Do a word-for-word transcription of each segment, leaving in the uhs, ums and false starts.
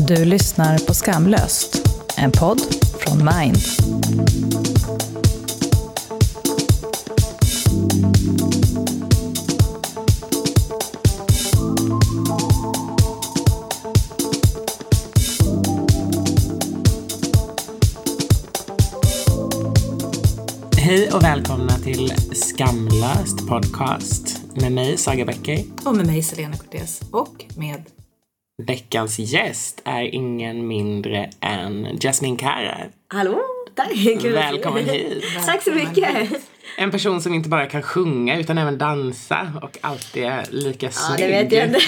Du lyssnar på Skamlöst, en podd från Mind. Hej och välkomna till Skamlöst podcast med mig Saga Becker och med mig Selena Cortez och med veckans gäst är ingen mindre än Jasmine Cara. Hallå, tack. Välkommen hit. Tack så mycket. En person som inte bara kan sjunga utan även dansa och alltid är lika snygg. Ja, det vet jag inte.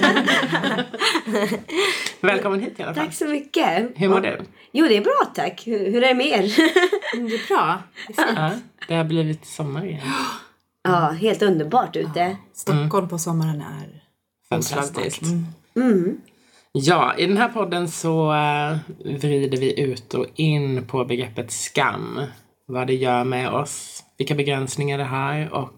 Välkommen hit i alla fall. Tack så mycket. Hur mår du? Jo, det är bra, tack. Hur, hur är det med er? Det är bra. Det är fint. Ja, det har blivit sommar igen. Ja, helt underbart ute. Ja, Stockholm mm. på sommaren är fantastiskt. Mm. Mm. Ja, i den här podden så uh, vrider vi ut och in på begreppet skam. Vad det gör med oss, vilka begränsningar det har och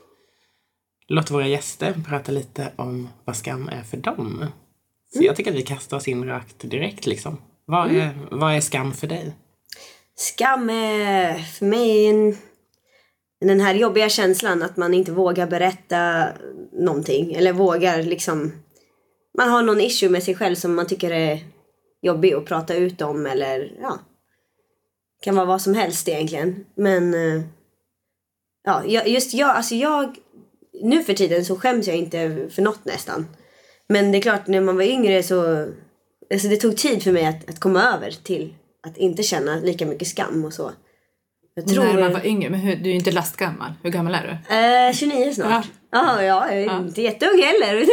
låt våra gäster prata lite om vad skam är för dem. Så mm. jag tycker att vi kastar oss in rakt direkt liksom. Vad är, mm. vad är skam för dig? Skam är för mig en, den här jobbiga känslan att man inte vågar berätta någonting. Eller vågar liksom, man har någon issue med sig själv som man tycker är jobbig att prata ut om. Eller ja, kan vara vad som helst egentligen. Men ja, just jag, alltså jag, nu för tiden så skäms jag inte för något nästan. Men det är klart, när man var yngre så, alltså det tog tid för mig att, att komma över till att inte känna lika mycket skam och så. Jag tror när man var yngre, men hur, du är ju inte lastgammal. Hur gammal är du? Eh, tjugonio snart. Ja, ah, ja, jag är ja. inte jätteung heller.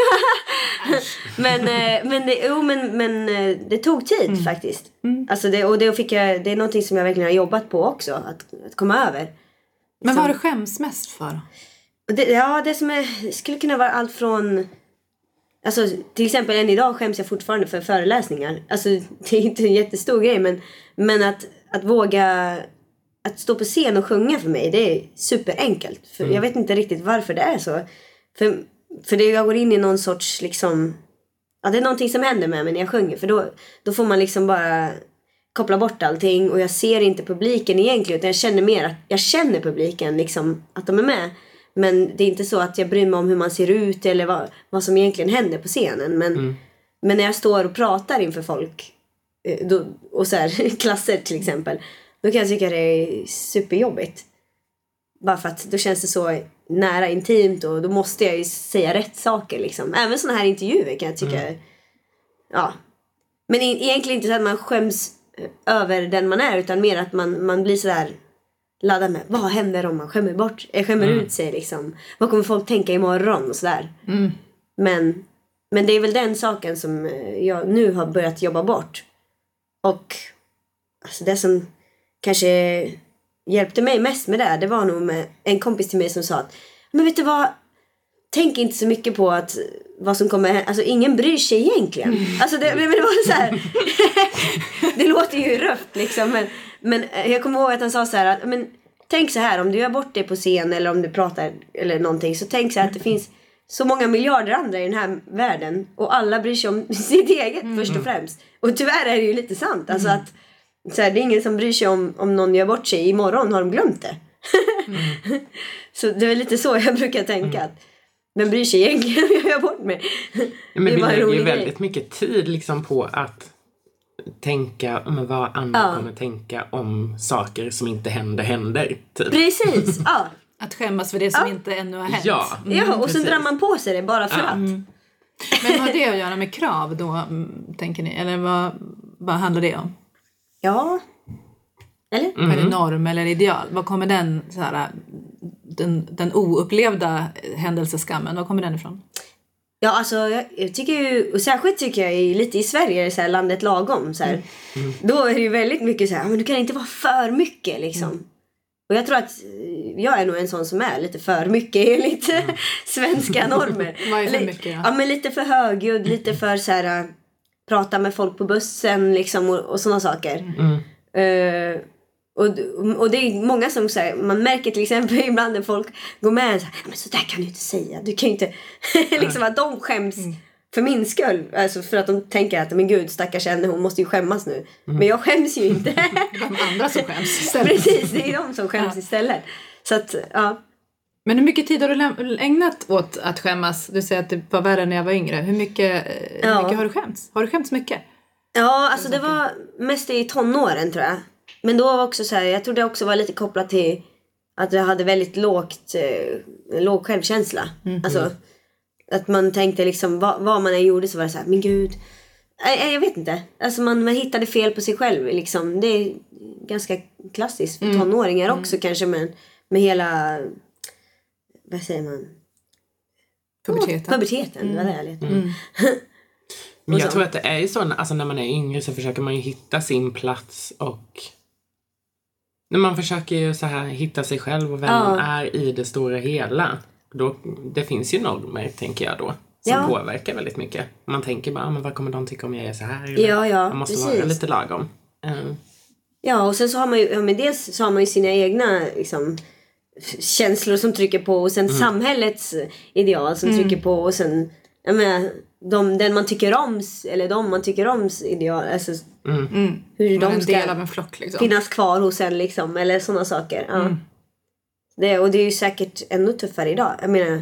men, eh, men, det, jo, men, men det tog tid mm. faktiskt. Mm. Alltså det, och det, fick jag, det är någonting som jag verkligen har jobbat på också. Att, att komma över. Men vad har du skäms mest för? Det, ja, det som är, skulle kunna vara allt från... Alltså till exempel än idag skäms jag fortfarande för föreläsningar. Alltså det är inte en jättestor grej. Men, men att, att våga... Att stå på scen och sjunga för mig, det är superenkelt. För mm. jag vet inte riktigt varför det är så. För, för det jag går in i någon sorts liksom... Ja, det är någonting som händer med mig när jag sjunger. För då, då får man liksom bara koppla bort allting. Och jag ser inte publiken egentligen. Utan jag känner mer att jag känner publiken liksom, att de är med. Men det är inte så att jag bryr mig om hur man ser ut. Eller vad, vad som egentligen händer på scenen. Men, mm. men när jag står och pratar inför folk. Då, och så här, klasser till exempel. Då kan jag tycka det är superjobbigt. Bara för att då känns det så nära, intimt. Och då måste jag ju säga rätt saker liksom. Även såna här intervjuer kan jag tycka. Mm. Ja. Men egentligen inte så att man skäms över den man är. Utan mer att man, man blir sådär laddad med. Vad händer om man skämmer bort? Jag skämmer mm. ut sig liksom. Vad kommer folk tänka imorgon och sådär. Mm. Men, men det är väl den saken som jag nu har börjat jobba bort. Och alltså det som... kanske hjälpte mig mest med det. Det var nog med en kompis till mig som sa att men vet du vad, tänk inte så mycket på att vad som kommer, alltså ingen bryr sig egentligen. Mm. Alltså det, men det var så här det låter ju röft liksom, men, men jag kommer ihåg att han sa så här att men tänk så här, om du gör bort det på scen eller om du pratar eller någonting, så tänk så här att det finns så många miljarder andra i den här världen och alla bryr sig om sitt eget mm. först och främst. Och tyvärr är det ju lite sant, alltså mm. att så här, det är ingen som bryr sig om, om någon gör bort sig. Imorgon har de glömt det. Mm. Så det är lite så jag brukar tänka. Mm. Att vem bryr sig egentligen om jag gör bort mig? Ja, men vi lägger ju väldigt mycket tid liksom på att tänka om vad andra ja. kommer tänka om saker som inte händer, händer. Typ. Precis, ja. Att skämmas för det som ja. inte ännu har hänt. Ja, mm, ja och så drar man på sig det bara för ja. att. Mm. Men vad har det att göra med krav då, tänker ni? Eller vad, vad handlar det om? Ja. Eller? Mm. Är det norm eller ideal? Vad kommer den så här, den, den oupplevda händelseskammen, vad kommer den ifrån? Ja, alltså jag, jag tycker ju, och särskilt tycker jag ju lite i Sverige, så här, landet lagom så här. Mm. Då är det ju väldigt mycket så här, men du kan inte vara för mycket liksom. Mm. Och jag tror att jag är nog en sån som är lite för mycket enligt mm. svenska normer. Vad är för mycket? Ja, ja men lite för högljudd, lite för så här, prata med folk på bussen liksom, och, och såna saker. Mm. Uh, och, och det är många som säger, man märker till exempel ibland när folk går med så här, men så där kan du inte säga, du kan ju inte liksom att de skäms mm. för min skull. Alltså för att de tänker att men gud, stackars henne, hon måste ju skämmas nu. Mm. Men jag skäms ju inte. De andra som skäms istället. Precis, det är de som skäms ja. istället. Så att, ja. Men hur mycket tid har du ägnat åt att skämmas? Du säger att det var värre när jag var yngre. Hur mycket, hur ja. mycket har du skämts? Har du skämts mycket? Ja, alltså det var mest i tonåren tror jag. Men då var också så här, jag tror det också var lite kopplat till att jag hade väldigt lågt, eh, låg självkänsla. Mm. Alltså att man tänkte liksom, vad, vad man än gjorde så var det så här, men gud. Jag, jag vet inte. Alltså man, man hittade fel på sig själv liksom. Det är ganska klassiskt för mm. tonåringar också mm. kanske, men med hela, vad säger man? Puberteten. Oh, puberteten, mm. det var det jag letade. Mm. Men jag tror att det är ju så, alltså när man är yngre så försöker man ju hitta sin plats och när man försöker ju så här hitta sig själv och vem ja. man är i det stora hela. Då, det finns ju normer, tänker jag då, som ja. påverkar väldigt mycket. Man tänker bara, men vad kommer de tycka om jag är så här? Eller, ja, ja, man måste precis. vara lite lagom. Mm. Ja, och sen så har man ju, ja, men dels så har man ju sina egna liksom, känslor som trycker på och sen mm. samhällets ideal som mm. trycker på och sen, jag menar, de, den man tycker om eller de man tycker om ideal, alltså mm. Mm. hur de en ska del av en flock, liksom. finnas kvar hos en liksom, eller sådana saker. Ja. Mm. Det, och det är ju säkert ännu tuffare idag. Jag menar,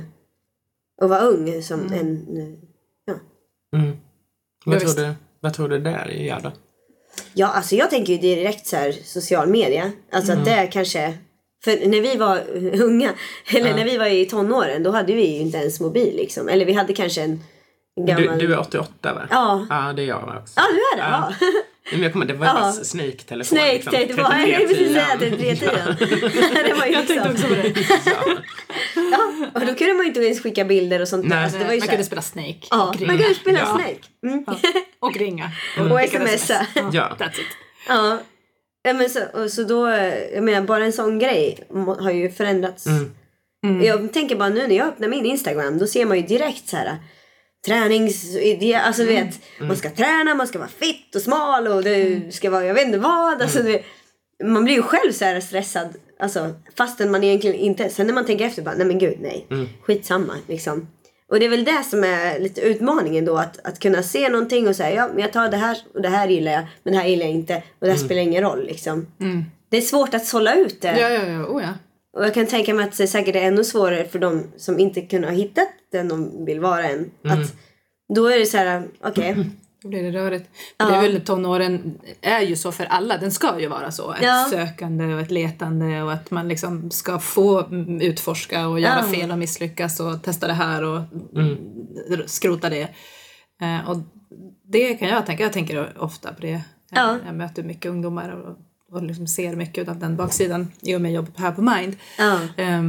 att vara ung som mm. en, ja. Mm. Vad, tror du, vad tror du där gör då? Ja, alltså jag tänker ju direkt så här social media. Alltså mm. att det är kanske, för när vi var unga, eller ja. när vi var i tonåren, då hade vi ju inte ens mobil liksom. Eller vi hade kanske en gammal... Du, du är åttioåtta va? Ja. Ja, det är jag också. Ja, du är det, ja. ja. Men jag kommer, det var ju ja. bara Snake-telefon. Snake, liksom. det var jag precis säga trettio tio. Det var ju jag tänkte också på det. ja. ja, och då kunde man ju inte ens skicka bilder och sånt där. Alltså, det var ju man så kunde spela Snake. Ja, och ringa. man kunde spela ja. Snake. Mm. Ja. Och ringa. Och, och smsa. Ja. That's it. Ja. Ja, men så, och så då, jag menar, bara en sån grej har ju förändrats. Mm. Mm. Jag tänker bara nu när jag öppnar min Instagram, då ser man ju direkt så här träningsidé, alltså du vet, mm. man ska träna, man ska vara fit och smal och det ska vara, jag vet inte vad, alltså mm. det, man blir ju själv så här stressad, alltså fastän man egentligen inte, sen när man tänker efter bara, nej men gud, nej, mm. skitsamma liksom. Och det är väl det som är lite utmaningen då, att, att kunna se någonting och säga, ja men jag tar det här och det här gillar jag, men det här gillar jag inte och det här mm. spelar ingen roll liksom. Mm. Det är svårt att sålla ut det. Ja, ja, ja, oh, ja. Och jag kan tänka mig att det säkert är ännu svårare för de som inte kunde ha hittat den de vill vara än. Mm. Att då är det så här, okej. Okay. Då blir det rörigt. Ja. Det är väl, tonåren är ju så för alla. Den ska ju vara så. Ett ja. sökande och ett letande och att man liksom ska få utforska och göra ja. fel och misslyckas och testa det här och mm. skrota det. Eh, och det kan jag tänka. Jag tänker ofta på det. Ja. Jag möter mycket ungdomar och, och liksom ser mycket av den baksidan i och med jobbet här på Mind. Ja. Eh,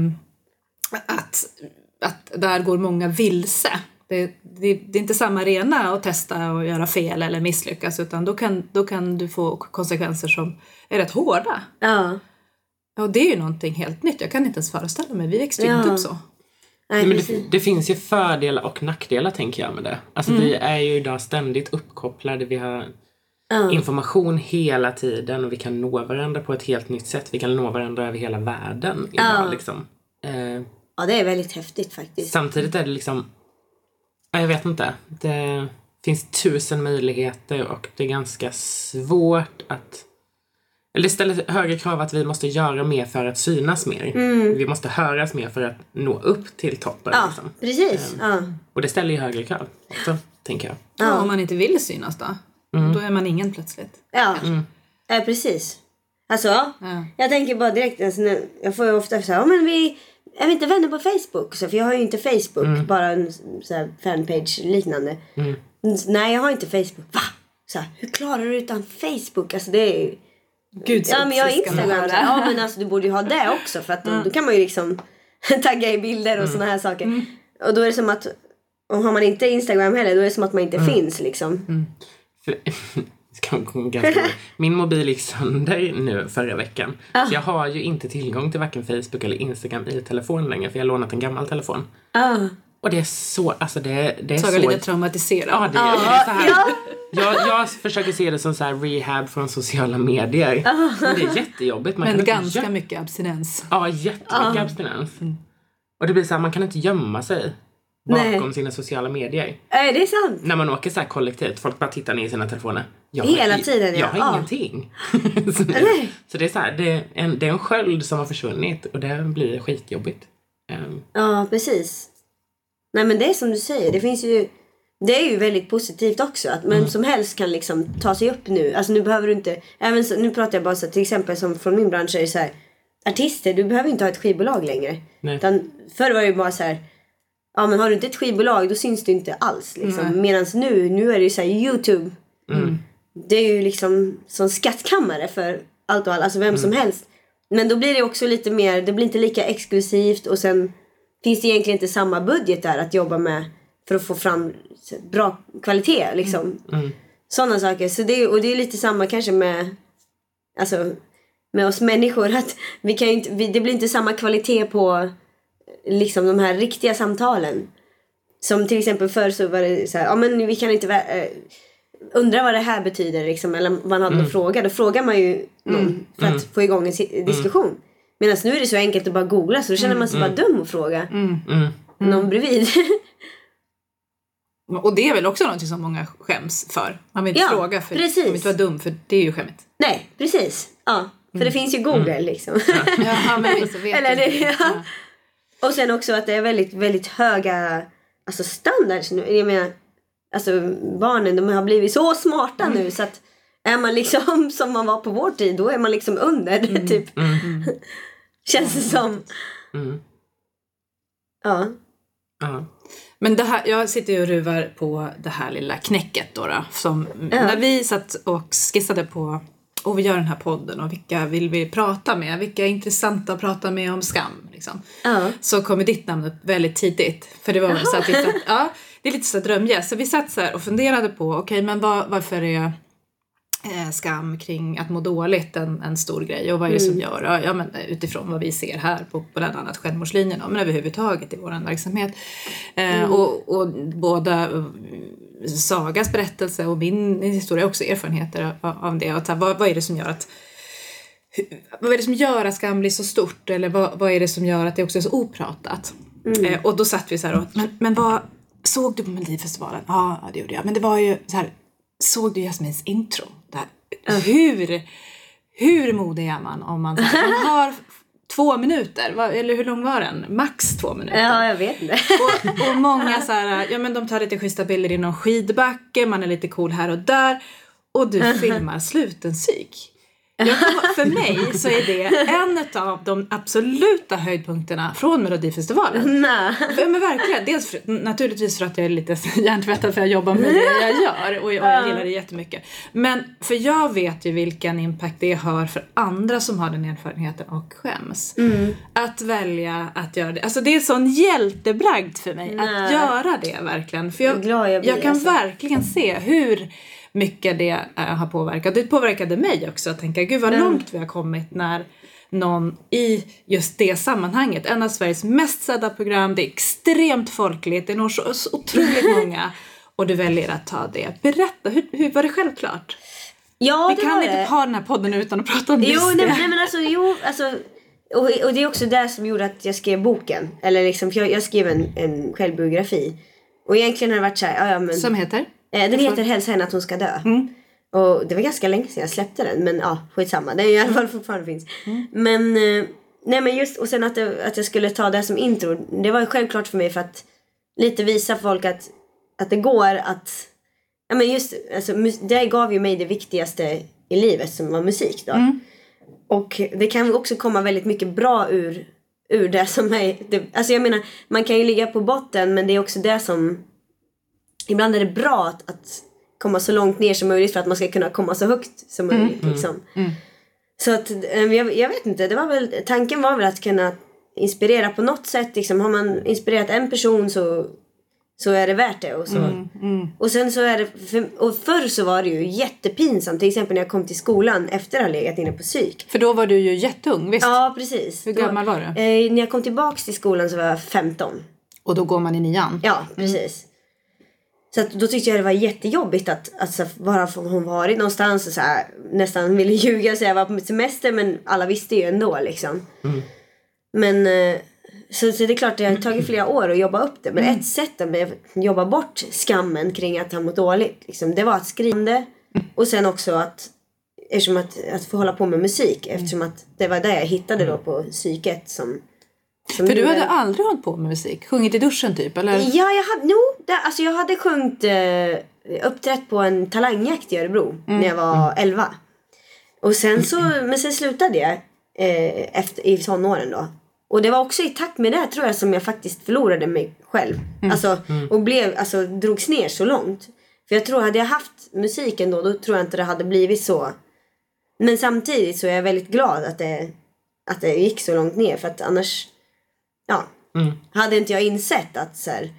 att, att där går många vilse. Det, det, det är inte samma arena att testa och göra fel eller misslyckas, utan då kan, då kan du få konsekvenser som är rätt hårda. Ja. Och det är ju någonting helt nytt. Jag kan inte ens föreställa mig. Vi växte ju inte upp så. Nej, men det, det finns ju fördelar och nackdelar, tänker jag med det. Alltså mm. vi är ju idag ständigt uppkopplade. Vi har ja. information hela tiden och vi kan nå varandra på ett helt nytt sätt. Vi kan nå varandra över hela världen idag ja. liksom. Eh, ja, det är väldigt häftigt faktiskt. Samtidigt är det liksom, jag vet inte, det finns tusen möjligheter och det är ganska svårt att, eller det ställer högre krav att vi måste göra mer för att synas mer. Mm. Vi måste höras mer för att nå upp till toppen. Ja, liksom. precis. Um, ja. Och det ställer ju högre krav också, tänker jag. Ja, Ja. om man inte vill synas då. Mm. Då är man ingen plötsligt. Ja, Mm. ja precis. Alltså, ja. Ja. Jag tänker bara direkt, alltså, nu, jag får ju ofta säga, ja men vi är vi inte vänner på Facebook? Så, för jag har ju inte Facebook, Mm. bara en så här, fanpage liknande. Mm. Nej, jag har inte Facebook. Va? Så här, hur klarar du utan Facebook? Alltså det är ju... Gud, ja, men jag har Instagram. Så, ja, men alltså du borde ju ha det också. För att då, Mm. då kan man ju liksom tagga i bilder och Mm. såna här saker. Mm. Och då är det som att, om har man inte Instagram heller, då är det som att man inte Mm. finns liksom. Mm. För, ganska min mobil gick sönder nu förra veckan. Ah. Så jag har ju inte tillgång till varken Facebook eller Instagram i telefon längre. För jag har lånat en gammal telefon. Ah. Och det är så, alltså det, det är Saga så... lite traumatiserad. Ja, det är, Ah. det är så här. Ja. Jag, jag försöker se det som så här rehab från sociala medier. Ah. Men det är jättejobbigt. Man Men kan ganska inte gö- mycket abstinens. Ja, jättemycket Ah. abstinens. Och det blir så här, man kan inte gömma sig. bakom Nej. sina sociala medier. Nej, det är sant. När man åker så här kollektivt, folk bara tittar ner i sina telefoner. Jag Hela har, tiden, ja. Jag har Ja. ingenting. så, det, Nej. så det är så här, det är, en, det är en sköld som har försvunnit och det blir skitjobbigt. Um, Ja, precis. Nej, men det är som du säger. Det finns ju... Det är ju väldigt positivt också. Att vem Mm. som helst kan liksom ta sig upp nu. Alltså nu behöver du inte... Även så, nu pratar jag bara så till exempel som från min bransch är det så här. Artister, du behöver inte ha ett skivbolag längre. Nej. Utan förr var det ju bara så här. Ja, men har du inte ett skivbolag då syns du inte alls. Liksom. Medan nu, nu är det ju så här YouTube. Mm. Det är ju liksom som skattkammare för allt och allt. Alltså vem Mm. som helst. Men då blir det också lite mer... Det blir inte lika exklusivt. Och sen finns det egentligen inte samma budget där att jobba med. För att få fram bra kvalitet liksom. Mm. Sådana saker. Så det, och det är lite samma kanske med... Alltså... Med oss människor. Att vi kan ju inte, vi, det blir inte samma kvalitet på... Liksom de här riktiga samtalen. Som till exempel förr så var det så här. Ja men vi kan inte... Äh, undra vad det här betyder liksom. Eller man hade Mm. en fråga. Då frågar man ju någon för att få igång en si- diskussion. Medan nu är det så enkelt att bara googla. Så då känner man sig bara dum att fråga. Mm. Någon bredvid. Och det är väl också något som många skäms för. Man vill inte Ja, fråga för precis. man vill inte vara dum för det är ju skämmigt. Nej, precis. Ja, för det finns ju Google liksom. Ja, men visst, vet Eller det, inte. ja. Och sen också att det är väldigt, väldigt höga alltså standards nu. Jag menar, alltså barnen de har blivit så smarta nu så att är man liksom som man var på vår tid då är man liksom under Mm. typ. Mm. Känns det som. Mm. Ja. Ja. Men det här, jag sitter ju och ruvar på det här lilla knäcket då, då som Ja. när vi satt och skissade på och vi gör den här podden och vilka vill vi prata med, vilka är intressanta att prata med om skam liksom. Ja. Så kom ditt namn upp väldigt tidigt för det var väl så att vi satt, ja, det är lite så drömjäs så vi satt så här och funderade på okej okay, men var, varför är eh, skam kring att må dåligt en, en stor grej och vad är det som gör ja, ja, men utifrån vad vi ser här på, på bland annat självmordslinjen men överhuvudtaget i vår verksamhet eh, Mm. och, och båda eh, Sagas berättelse och min historia också erfarenheter av, av det och ta, vad, vad är det som gör att vad är det som gör att skam blir så stort eller vad, vad är det som gör att det också är så opratat Mm. eh, och då satt vi så här och, men, men vad såg du på Melodifestivalen? Ja, ja, det gjorde jag men det var ju så här såg du Jasmins intro? Där, hur, hur modig är man om man, här, man har två minuter? Va, eller hur lång var den? Max två minuter. Ja, jag vet inte. Och, och många så här, ja men de tar lite schyssta bilder i någon skidbacke, man är lite cool här och där. Och du filmar slutenpsyk. Jag kommer, för mig så är det en av de absoluta höjdpunkterna från Melodifestivalen. Nej. Ja, men verkligen. Dels för, naturligtvis för att jag är lite hjärntvättad för jag jobbar med det jag gör. Och, och jag gillar det jättemycket. Men för jag vet ju vilken impact det har för andra som har den erfarenheten och skäms. Mm. Att välja att göra det. Alltså det är sån hjältebragd för mig Nej. att göra det verkligen. För jag, Vad glad jag blir, jag kan alltså. verkligen se hur mycket det äh, har påverkat. Det påverkade mig också att tänka, gud vad Mm. långt vi har kommit när någon i just det sammanhanget, en av Sveriges mest sedda program, det är extremt folkligt, det når så, så otroligt många och du väljer att ta det. Berätta, hur, hur var det självklart? Ja, vi det kan var inte det. ha den här podden utan att prata om Jo, just nej, det. nej men alltså, jo, alltså och, och det är också det som gjorde att jag skrev boken. Eller liksom, för jag, jag skrev en, en självbiografi. Och egentligen har det varit så här, ja, ja, men, Som heter? eh, den heter Hälsa henne att hon ska dö. Mm. Och det var ganska länge sedan jag släppte den. Men ja, skitsamma. Den är i alla fall fortfarande finns. Mm. Men, eh, nej men just, och sen att, det, att jag skulle ta det som intro. Det var ju självklart för mig för att lite visa folk att, att det går att, ja men just, alltså, det gav ju mig det viktigaste i livet som var musik då. Mm. Och det kan också komma väldigt mycket bra ur, ur det som är, det, alltså jag menar, man kan ju ligga på botten men det är också det som, ibland är det bra att, att komma så långt ner som möjligt för att man ska kunna komma så högt som möjligt Mm. liksom. Mm. Så att, jag, jag vet inte, det var väl, tanken var väl att kunna inspirera på något sätt liksom. Har man inspirerat en person så, så är det värt det och så. Mm. Mm. Och sen så är det, för, och förr så var det ju jättepinsamt, till exempel när jag kom till skolan efter att ha legat inne på psyk. För då var du ju jätteung, visst? Ja, precis. Hur gammal var du? Eh, när jag kom tillbaks till skolan så var jag femton. Och då går man i nian. Ja, precis. Så att då tyckte jag det var jättejobbigt att alltså, bara för hon varit någonstans och så här, nästan ville ljuga och säga jag var på mitt semester, men alla visste ju ändå liksom. Mm. Men eh, Så, så det är klart att det har tagit flera år att jobba upp det. Men mm. ett sätt att jobba bort skammen kring att han mått dåligt. Liksom, det var att skriva det. Och sen också att, eftersom att, att få hålla på med musik. Eftersom att det var där jag hittade då på psyket som... Som För du hade aldrig hållit på med musik? Sjungit i duschen typ? Eller? Ja, jag hade, no, det, alltså jag hade sjungit, eh, uppträtt på en talangjakt i Örebro mm. när jag var elva. Och sen så, men sen slutade jag eh, efter, i tonåren då. Och det var också i takt med det tror jag som jag faktiskt förlorade mig själv. Mm. Alltså, och blev, alltså drogs ner så långt. För jag tror, hade jag haft musiken då, då tror jag inte det hade blivit så. Men samtidigt så är jag väldigt glad att det, att det gick så långt ner. För att annars... Ja, mm. hade inte jag insett att så här,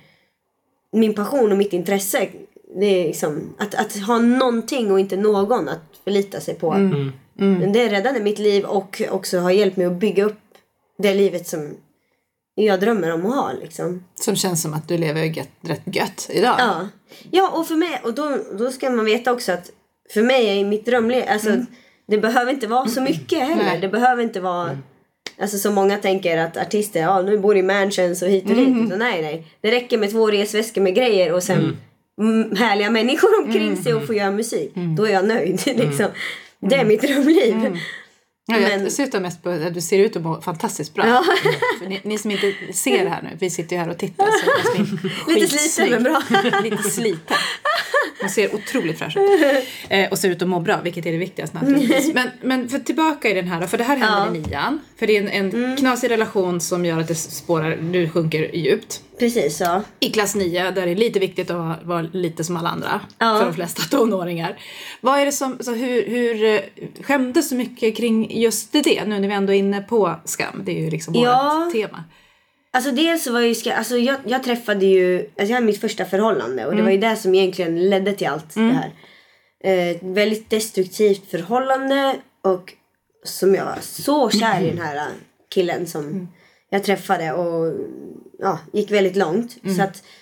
min passion och mitt intresse, det är liksom att, att ha någonting och inte någon att förlita sig på. Mm. Mm. Det räddade mitt liv och också har hjälpt mig att bygga upp det livet som jag drömmer om att ha. Liksom. Som känns som att du lever gött, rätt gött idag. Ja, ja och för mig, och då, då ska man veta också att för mig är mitt drömliv, alltså mm. det behöver inte vara så mycket heller. Nej. Det behöver inte vara... Mm. Alltså så många tänker att artister, ja nu bor i mansions och hit och dit. Mm. Så nej, nej. Det räcker med två resväskor med grejer och sen mm. härliga människor omkring mm. sig och få göra musik. Mm. Då är jag nöjd. Liksom. Mm. Det är mitt drömliv. Mm. Ja, men... Jag slutar mest på att du ser ut att må fantastiskt bra. Ja. För ni, ni som inte ser det här nu, vi sitter ju här och tittar. Så lite sliten men bra. Lite sliten. Man ser otroligt fräsch ut. Eh, och ser ut att må bra, vilket är det viktigaste naturligtvis. Men, men för tillbaka i den här, för det här händer ja. i nian. För det är en, en mm. knasig relation som gör att det spårar, du sjunker djupt. Precis, ja. I klass nio, där det är lite viktigt att vara, vara lite som alla andra. Ja. För de flesta tonåringar. Vad är det som, så hur, hur skämdes så mycket kring just det, nu när vi ändå är inne på skam? Det är ju liksom ja. vårt tema. Alltså dels så var ju ska, alltså jag, jag träffade ju, alltså jag hade mitt första förhållande och mm. det var ju det som egentligen ledde till allt mm. det här. Eh, väldigt destruktivt förhållande och som jag var så kär i den här killen som mm. jag träffade och ja, gick väldigt långt. Mm. Så att,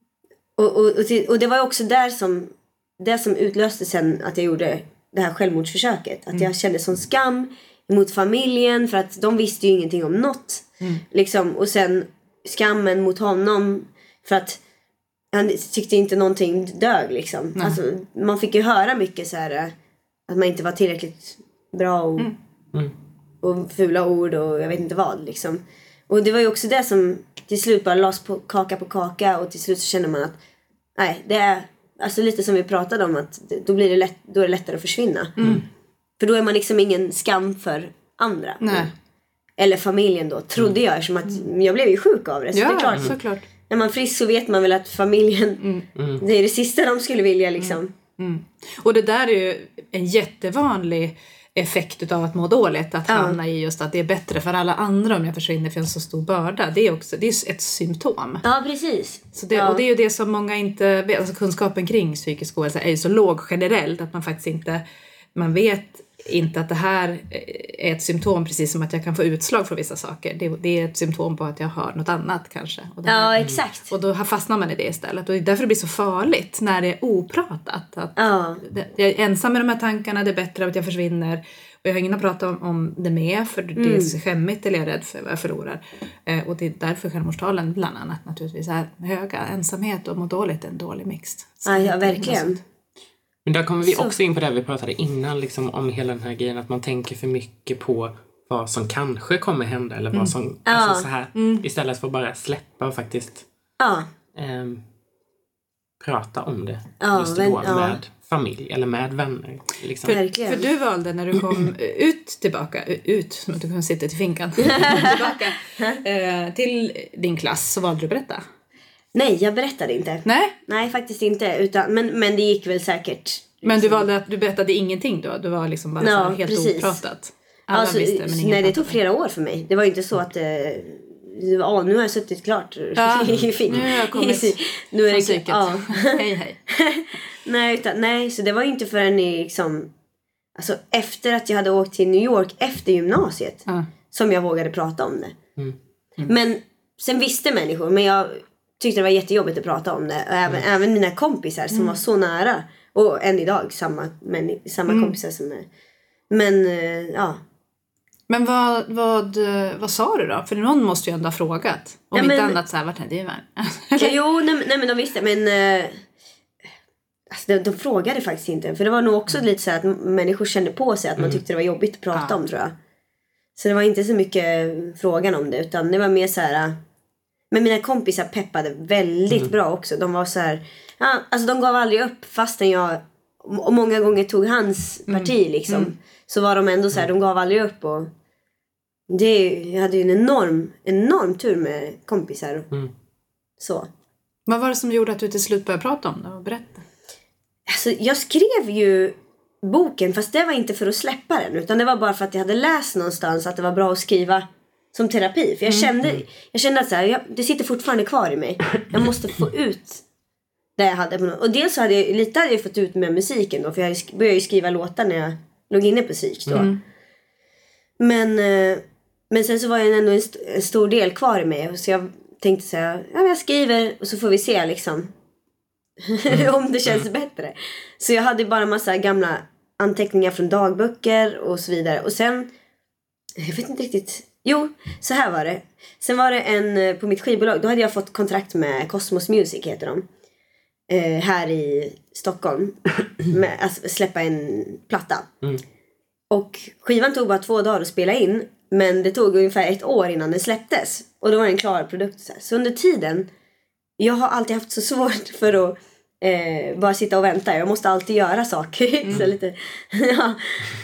och, och, och, till, och det var också där som, det som utlöste sen att jag gjorde det här självmordsförsöket. Att mm. jag kände sån skam mot familjen för att de visste ju ingenting om något. Mm. Liksom, och sen skammen mot honom för att han tyckte inte någonting dög liksom. Alltså, man fick ju höra mycket så här att man inte var tillräckligt bra och, mm. Mm. och fula ord och jag vet inte vad liksom. Och det var ju också det som till slut bara lades på kaka på kaka och till slut så känner man att nej, det är alltså lite som vi pratade om att då blir det lätt, då är det lättare att försvinna. Mm. För då är man liksom ingen skam för andra. Nej. Eller familjen då, trodde jag. Eftersom att jag blev ju sjuk av det. Så ja, det är klart. Mm. såklart. När man är frisk så vet man väl att familjen, mm. Mm. det är det sista de skulle vilja liksom. Mm. Mm. Och det där är ju en jättevanlig effekt av att må dåligt. Att ja. hamna i just att det är bättre för alla andra om jag försvinner för en så stor börda. Det är också det är ett symptom. Ja, precis. Så det, ja. Och det är ju det som många inte vet. Alltså kunskapen kring psykisk ohälsa är ju så låg generellt att man faktiskt inte, man vet inte att det här är ett symptom precis som att jag kan få utslag från vissa saker. Det, det är ett symptom på att jag har något annat kanske. Och ja, här, exakt. Och då fastnar man i det istället. Och därför det blir så farligt när det är opratat. Att ja. Jag är ensam med de här tankarna, det är bättre att jag försvinner. Och jag har ingen att prata om, om det med, för mm. det är skämmigt eller jag är rädd för vad jag förlorar. Eh, och det är därför självmordstalen bland annat naturligtvis är höga. Ensamhet och må dåligt är en dålig mix. Ja, ja, verkligen. Men där kommer vi så. också in på det vi pratade innan liksom, om hela den här grejen att man tänker för mycket på vad som kanske kommer hända eller vad mm. som, ja. alltså så här, mm. istället för att bara släppa och faktiskt ja. eh, prata om det ja, just men, igår ja. med familj eller med vänner. Liksom. För, för du valde när du kom ut tillbaka, ut, som att du kunde sitta till finkan, tillbaka eh, till din klass, så valde du att berätta. Nej, jag berättade inte. Nej? Nej, faktiskt inte. Utan, men, men det gick väl säkert. Liksom. Men du valde att du berättade ingenting då? Du var liksom bara ja, så helt precis. opratat? Alla alltså, visste, men ingen nej, det tog flera år för mig. Det var ju inte så att eh, ja, nu har jag suttit klart. Ja, nu har jag kommit nu är det psyket. Ja. Hej, hej. nej, utan, nej, så det var ju inte förrän i, liksom, alltså, efter att jag hade åkt till New York efter gymnasiet ja. som jag vågade prata om det. Mm. Mm. Men sen visste människor, men jag tyckte det var jättejobbigt att prata om det. Och även, mm. även mina kompisar som mm. var så nära. Och än idag samma, men, samma mm. kompisar som är. Men ja. Men vad, vad, vad sa du då? För någon måste ju ändå ha frågat. Om ja, inte men, annat så här, vart är det med? ja, jo, nej, nej men de visste. Men eh, alltså, de, de frågade faktiskt inte. För det var nog också mm. lite så här att människor kände på sig att man tyckte det var jobbigt att prata ja. om, tror jag. Så det var inte så mycket frågan om det. Utan det var mer så här... Men mina kompisar peppade väldigt mm. bra också. De var så här... Ja, alltså de gav aldrig upp fastän jag... Och många gånger tog hans parti mm. liksom. Mm. Så var de ändå så här, de gav aldrig upp. Och det, jag hade ju en enorm, enorm tur med kompisar. Mm. Så. Vad var det som gjorde att du till slut började prata om det och berätta? Alltså jag skrev ju boken, fast det var inte för att släppa den. Utan det var bara för att jag hade läst någonstans att det var bra att skriva som terapi. För jag kände, mm. jag kände att så här, jag, det sitter fortfarande kvar i mig. Jag måste få ut det jag hade. Och dels så hade jag lite hade jag fått ut med musiken då. För jag började ju skriva låtar när jag låg inne på psyk då. Mm. Men, men sen så var det ändå en, st- en stor del kvar i mig. Så jag tänkte så här, ja, jag skriver och så får vi se liksom. Mm. om det känns mm. bättre. Så jag hade bara en massa gamla anteckningar från dagböcker och så vidare. Och sen, jag vet inte riktigt. Jo, så här var det. Sen var det en, på mitt skivbolag, då hade jag fått kontrakt med Cosmos Music heter de. Eh, här i Stockholm. Med att släppa en platta. Mm. Och skivan tog bara två dagar att spela in. Men det tog ungefär ett år innan den släpptes. Och då var det en klar produkt. Så, så under tiden, jag har alltid haft så svårt för att eh, bara sitta och vänta. Jag måste alltid göra saker. Mm. så lite, ja.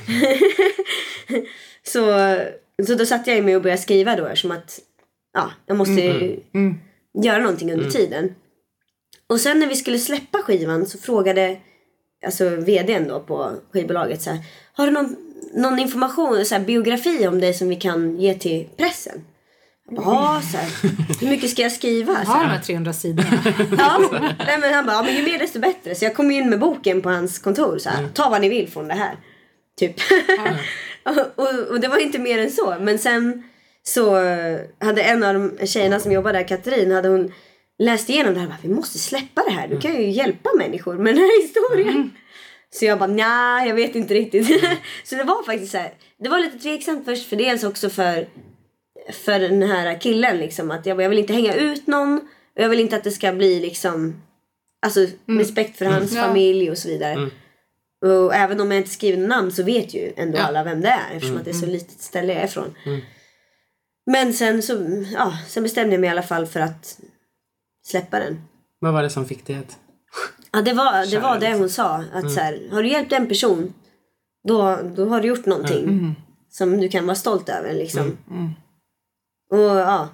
så, så då satt jag med och började skriva då. Som att ja, jag måste mm. Mm. göra någonting under mm. tiden. Och sen när vi skulle släppa skivan så frågade alltså vdn då på skivbolaget så här, har du någon, någon information, så här, biografi om dig som vi kan ge till pressen? Ja, så här, hur mycket ska jag skriva? Jag har de här trehundra sidorna. ja, nej, men han bara, ja, men ju mer desto bättre. Så jag kom in med boken på hans kontor så här, ta vad ni vill från det här. Typ. och, och, och det var inte mer än så. Men sen så hade en av de tjejerna som jobbade där, Katrin, hade hon läst igenom det här. Bara, vi måste släppa det här. Du kan ju hjälpa människor med den här historien. Mm. Så jag bara, nej, jag vet inte riktigt. Så det var faktiskt så här. Det var lite tveksamt först. För dels också för, för den här killen. Liksom, att jag, jag vill inte hänga ut någon. Och jag vill inte att det ska bli liksom, alltså, mm. respekt för hans mm. familj och så vidare. Mm. Och även om jag inte skriver namn så vet ju ändå ja. alla vem det är. Eftersom mm. att det är så litet ställe jag är ifrån. Mm. Men sen så, ja, sen bestämde jag mig i alla fall för att släppa den. Vad var det som fick det att... Ja, det var det, var det hon sa. Att mm. så här, har du hjälpt en person, då, då har du gjort någonting mm. som du kan vara stolt över. Liksom. Mm. Mm. Och ja,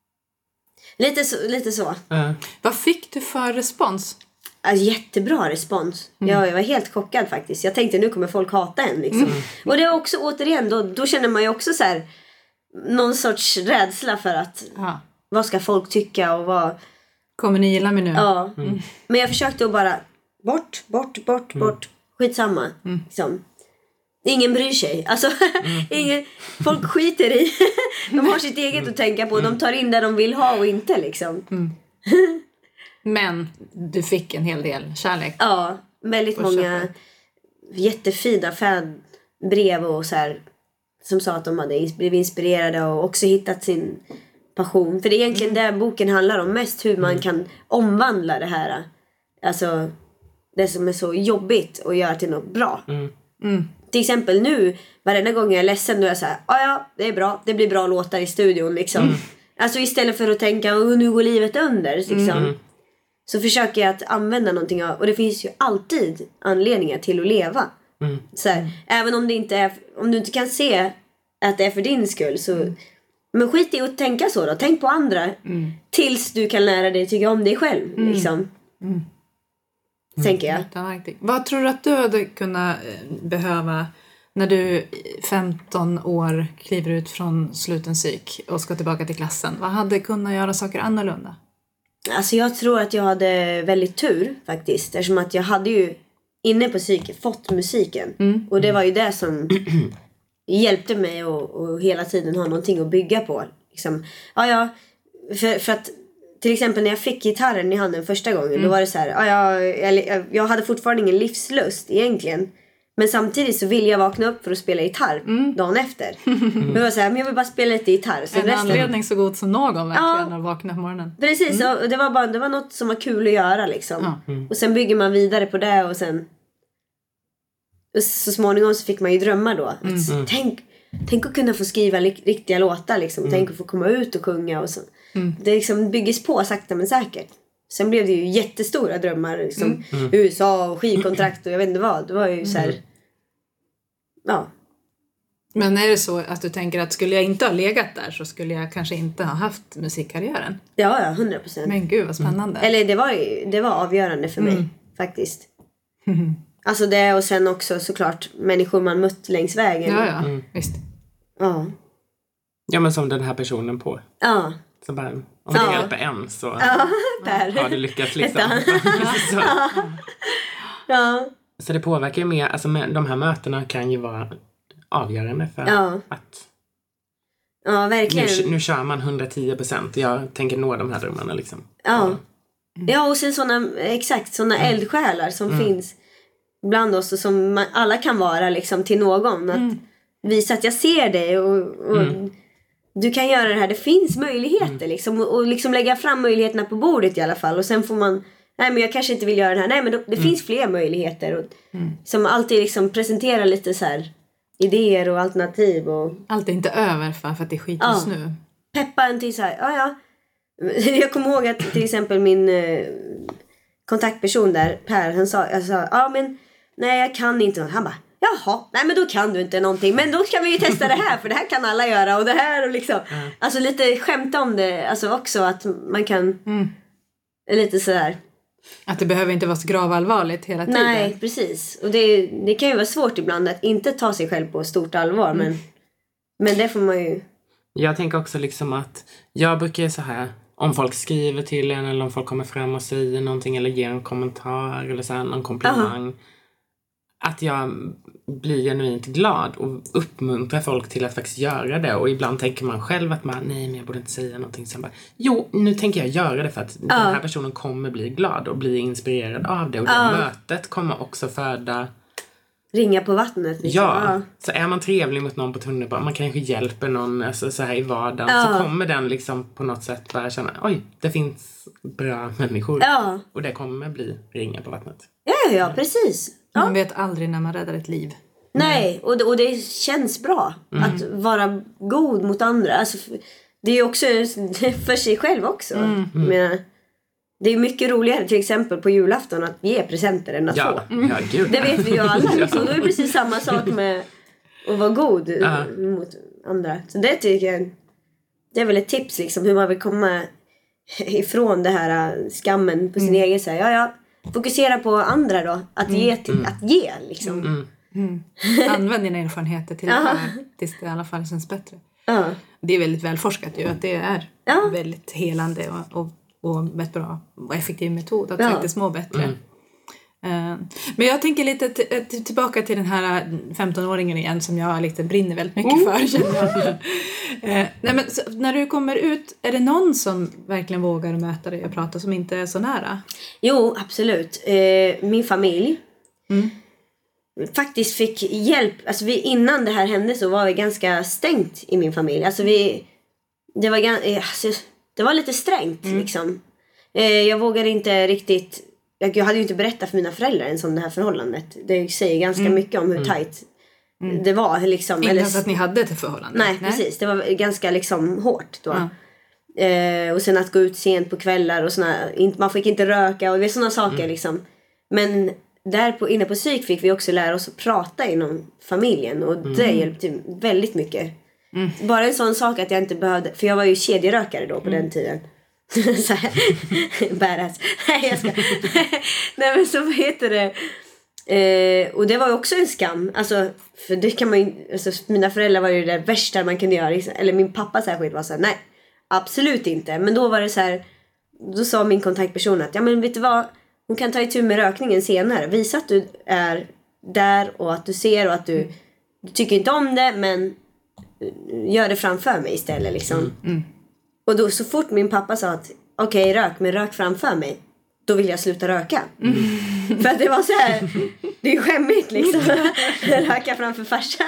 lite så. Lite så. Mm. Vad fick du för respons? Ja, jättebra respons. Mm. Jag, jag var helt chockad faktiskt. Jag tänkte nu kommer folk hata en. Liksom. Mm. Och det var också återigen, då, då känner man ju också så här, någon sorts rädsla för att ja. vad ska folk tycka och vad... Kommer ni gilla mig nu? Ja. Mm. Men jag försökte att bara bort, bort, bort, mm. bort. Skitsamma. Mm. Liksom. Ingen bryr sig. Alltså, mm. ingen, folk skiter i. De har sitt eget mm. att tänka på. De tar in det de vill ha och inte liksom. Mm. Men du fick en hel del kärlek. Ja, väldigt många köpa. jättefina fanbrev och så här, som sa att de hade blivit inspirerade och också hittat sin passion. För det är egentligen mm. det boken handlar om mest. Hur man mm. kan omvandla det här. Alltså det som är så jobbigt och göra till något bra. Mm. Mm. Till exempel nu, varenda gång jag är ledsen, då är jag så här, ja ja, det är bra. Det blir bra låtar i studion liksom. Mm. Alltså istället för att tänka, oh, nu går livet under liksom. Mm. Så försöker jag att använda någonting av, och det finns ju alltid anledningar till att leva. Mm. Så här, mm. även om det inte är, om du inte kan se att det är för din skull så mm. men skit i att tänka så då. Tänk på andra. Mm. Tills du kan lära dig tycka om dig själv. Mm. Liksom. Mm. Tänker jag. Mm. Vad tror du att du hade kunnat behöva när du femton år kliver ut från sluten psyk och ska tillbaka till klassen? Vad hade kunnat göra saker annorlunda? Alltså jag tror att jag hade väldigt tur faktiskt. Eftersom att jag hade ju inne på psyket fått musiken. Mm. Och det var ju det som... hjälpte mig att och hela tiden ha någonting att bygga på. Liksom. Ja, ja, för, för att till exempel när jag fick gitarren i handen första gången mm. då var det så här, ja, jag, jag, jag hade fortfarande ingen livslust egentligen. Men samtidigt så vill jag vakna upp för att spela gitarr mm. dagen efter. Mm. Det var så här, men jag vill bara spela lite gitarr. Så en resten... anledning så god som någon verkligen ja. Att vakna på morgonen. Precis, mm. och det var, bara, det var något som var kul att göra liksom. Ja. Mm. Och sen bygger man vidare på det och sen... Och så småningom så fick man ju drömmar då. Mm. Att, tänk, tänk att kunna få skriva li- riktiga låtar liksom. Mm. Tänk att få komma ut och sjunga och så. Mm. Det liksom byggs på sakta men säkert. Sen blev det ju jättestora drömmar liksom. Mm. Mm. U S A och skivkontrakt och jag vet inte vad. Det var ju så här... Mm. Ja. Men är det så att du tänker att skulle jag inte ha legat där så skulle jag kanske inte ha haft musikkarriären? Ja, ja, hundra procent. Men gud vad spännande. Mm. Eller det var, ju, det var avgörande för mig mm. faktiskt. Mm. Alltså det och sen också såklart människor man mött längs vägen. Ja, ja, mm. visst. Ja. Ja, men som den här personen på. Ja. Så bara, om det ja. hjälper en så ja, där. har du lyckats liksom. så. Ja. Så det påverkar ju mer, alltså de här mötena kan ju vara avgörande för ja. att ja, verkligen. Nu, nu kör man hundratio procent. Jag tänker nå de här drömmarna liksom. Ja. Mm. Ja, och sen såna, exakt, såna mm. eldsjälar som mm. finns bland oss och som man, alla kan vara liksom till någon. Att mm. visa att jag ser dig och, och mm. du kan göra det här. Det finns möjligheter mm. liksom. Och, och liksom lägga fram möjligheterna på bordet i alla fall. Och sen får man, nej men jag kanske inte vill göra det här. Nej men då, det mm. finns fler möjligheter. Och, mm. som alltid liksom presenterar lite så här idéer och alternativ. Och, allt är inte över för, för att det är skit ja, just nu. Peppa en till så här, ja ja. Jag kommer ihåg att till exempel min eh, kontaktperson där, Per, han sa, jag sa, ja men nej jag kan inte. Han bara, jaha, nej men då kan du inte någonting. Men då kan vi ju testa det här, för det här kan alla göra. Och det här och liksom, mm. alltså lite skämta om det, alltså också att man kan, mm. lite sådär. Att det behöver inte vara så gravallvarligt hela tiden. Nej, precis. Och det, det kan ju vara svårt ibland att inte ta sig själv på stort allvar. Mm. Men, men det får man ju... Jag tänker också liksom att jag brukar så här, om folk skriver till en eller om folk kommer fram och säger någonting eller ger en kommentar eller så här, någon komplimang. Uh-huh. Att jag blir genuint glad och uppmuntrar folk till att faktiskt göra det. Och ibland tänker man själv att man, nej men jag borde inte säga någonting. Sen bara, jo, nu tänker jag göra det för att uh. den här personen kommer bli glad och bli inspirerad av det. Och uh. det mötet kommer också föda... Ringa på vattnet. Liksom. Ja, uh. så är man trevlig mot någon på tunnelbanan, man kanske hjälper någon alltså, så här i vardagen. Uh. Så kommer den liksom på något sätt bara känna, oj, det finns bra människor. Uh. Och det kommer bli ringa på vattnet. Ja, ja, precis. Ja. Man vet aldrig när man räddar ett liv. Nej, och det, och det känns bra mm. att vara god mot andra. Alltså, det är ju också för sig själv också. Mm. Men det är mycket roligare till exempel på julafton att ge presenter än att ja. få. Ja, gud. Det vet vi ju alla. Liksom. Och då är det precis samma sak med att vara god uh-huh. mot andra. Så det tycker jag, det är väl ett tips liksom, hur man vill komma ifrån det här skammen på sin mm. egen säg. Ja, ja. Fokusera på andra då. Att mm. ge till, mm. att ge liksom. Mm. Mm. Använd dina erfarenheter till det här, tills det i alla fall känns bättre. Ja. Det är väldigt välforskat ju att det är ja. väldigt helande och, och, och ett bra och effektiv metod att ja. faktiskt må bättre. Mm. Uh, men jag tänker lite t- t- tillbaka till den här femtonåringen igen som jag lite brinner väldigt mycket mm. för. uh, nej, men, så, när du kommer ut, är det någon som verkligen vågar möta dig och prata som inte är så nära? Jo, absolut. Uh, min familj mm. faktiskt fick hjälp. Alltså vi, innan det här hände så var vi ganska stängt i min familj. Alltså vi, det var, alltså, det var lite strängt mm. liksom. Uh, jag vågade inte riktigt... Jag hade ju inte berättat för mina föräldrar ens om det här förhållandet. Det säger ganska mm. mycket om hur mm. tajt mm. det var. Liksom. Inte ens att ni hade ett förhållande. Nej, nej, precis. Det var ganska liksom hårt då. Mm. Eh, och sen att gå ut sent på kvällar och såna, man fick inte röka och sådana saker mm. liksom. Men där på, inne på psyk fick vi också lära oss att prata inom familjen. Och mm. det hjälpte väldigt mycket. Mm. Bara en sån sak att jag inte behövde, för jag var ju kedjerökare då på mm. den tiden. Så här badass. Nej jag ska. Nej men så heter det. Eh, och det var ju också en skam. Alltså för det kan man ju, alltså, mina föräldrar var ju det värsta man kunde göra. Eller min pappa särskilt var så här, nej absolut inte. Men då var det så här, då sa min kontaktperson att ja men vet du vad, hon kan ta itu med rökningen senare. Visa att du är där och att du ser och att du, du tycker inte om det, men gör det framför mig istället liksom. Mm. Mm. Och då så fort min pappa sa att okej, okay, rök, men rök framför mig. då vill jag sluta röka. Mm. För att det var så här, det är skämmigt liksom. Röka framför farsan.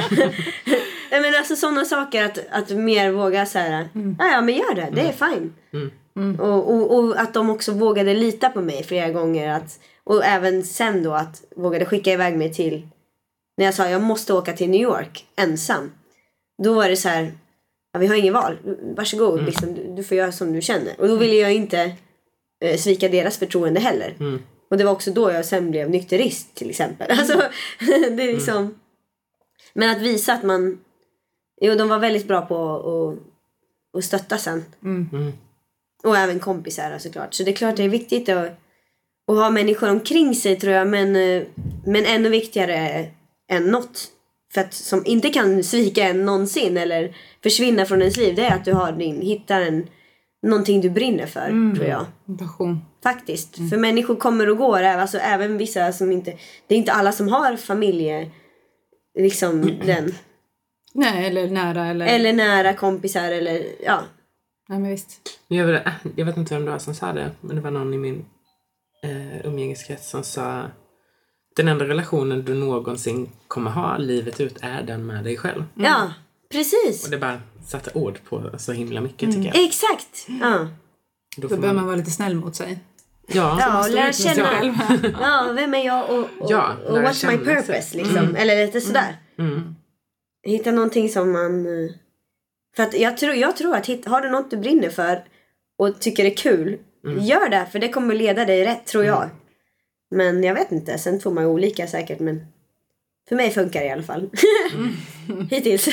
Men alltså sådana saker att, att mer våga så här, mm. ja, ja men gör det, det är fine. Mm. Mm. Och, och, och att de också vågade lita på mig flera gånger. Att, och även sen då att vågade skicka iväg mig till, när jag sa jag måste åka till New York ensam. Då var det så här, ja, vi har ingen val, varsågod, mm. liksom, du, du får göra som du känner. Och då ville jag inte eh, svika deras förtroende heller. Mm. Och det var också då jag sen blev nykterist till exempel. Alltså, det är liksom... Mm. Men att visa att man... Jo, de var väldigt bra på att, att stötta sen. Mm. Mm. Och även kompisar såklart. Så det är klart det är viktigt att, att ha människor omkring sig tror jag. Men, men ännu viktigare än något. För att som inte kan svika en någonsin eller försvinna från ens liv. Det är att du har din, hittar en, någonting du brinner för, mm. tror jag. Passion. Faktiskt. Mm. För människor kommer och går. Alltså, även vissa som inte... Det är inte alla som har familje... Liksom mm. den... Nej, eller nära. Eller, eller nära kompisar. Eller, ja. Nej, men visst. Jag vet, jag vet inte vem det var som sa det. Men det var någon i min eh, umgängeskrets som sa... Den enda relationen du någonsin kommer ha livet ut är den med dig själv. Mm. Ja, precis. Och det bara satte ord på så himla mycket mm. tycker jag. Exakt. Ja. Då, Då behöver man vara lite snäll mot sig. Ja, ja och lära känna. Ja, vem är jag och, och, ja, och what's my purpose sig. Liksom. Mm. Eller lite sådär. Mm. Hitta någonting som man... För att jag tror, jag tror att hitta, har du något du brinner för och tycker är kul, mm. gör det. För det kommer leda dig rätt, tror jag. Mm. Men jag vet inte, sen får man olika säkert, men för mig funkar det i alla fall. Mm. Hittills.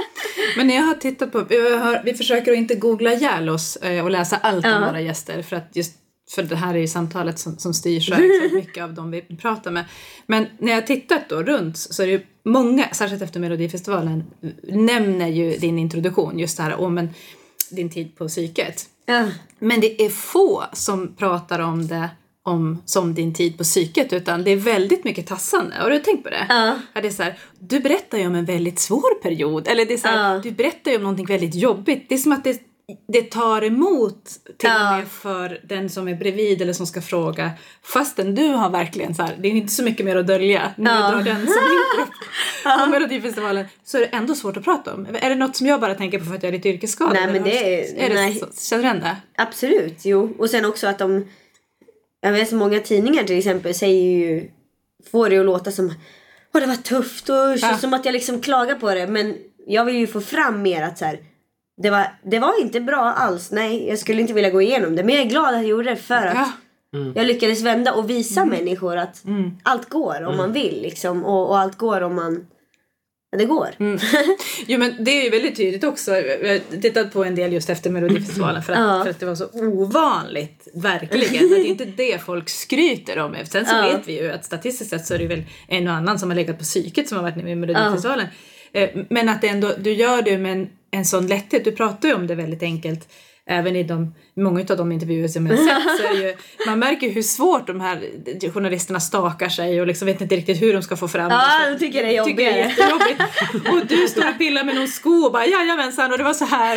Men när jag har tittat på, vi, har, vi försöker att inte googla ihjäl oss och läsa allt om uh-huh. våra gäster, för att just för det här är ju samtalet som, som styr så mycket av dem vi pratar med. Men när jag har tittat då runt så är det ju många, särskilt efter Melodifestivalen, nämner ju din introduktion, just det här om en, din tid på psyket. Uh. Men det är få som pratar om det om som din tid på psyket, utan det är väldigt mycket tassande. Har du tänkt på det? Ja. Ja, det är så här, du berättar ju om en väldigt svår period. Eller det är så här, ja. du berättar ju om någonting väldigt jobbigt. Det är som att det, det tar emot till ja. och med för den som är bredvid eller som ska fråga. Fastän du har verkligen så här, det är inte så mycket mer att dölja när ja. du drar den som intro på Melodifestivalen. Så är det ändå svårt att prata om. Är det något som jag bara tänker på för att jag är lite yrkesskadad? Nej, men det är... är det nej. Så, känner du igen det? Absolut, jo. Och sen också att de... Jag vet så många tidningar till exempel säger ju, får det att låta som åh det var tufft och ja. Som att jag liksom klagar på det, men jag vill ju få fram mer att så här, det var det var inte bra alls. Nej, jag skulle inte vilja gå igenom det, men jag är glad att jag gjorde det för att ja. mm. jag lyckades vända och visa mm. människor att mm. allt går om mm. man vill liksom, och, och allt går om man ja, det går. Mm. Jo, men det är ju väldigt tydligt också. Jag har tittat på en del just efter Melodifestivalen för att, ja. för att det var så ovanligt, verkligen. Det är inte det folk skryter om. Sen så ja. vet vi ju att statistiskt sett så är det väl en och annan som har legat på psyket som har varit med i Melodifestivalen. Ja. Men att det ändå, du gör det med en, en sån lätthet. Du pratar ju om det väldigt enkelt. Även i de, många av de intervjuer som jag har sett så är ju, man märker hur svårt de här journalisterna stakar sig och liksom vet inte riktigt hur de ska få fram det. Ja, de tycker det är jobbigt. Tycker det är jättejobbigt. Och du står och pillar med någon sko och bara, jajamensan, och det var så här.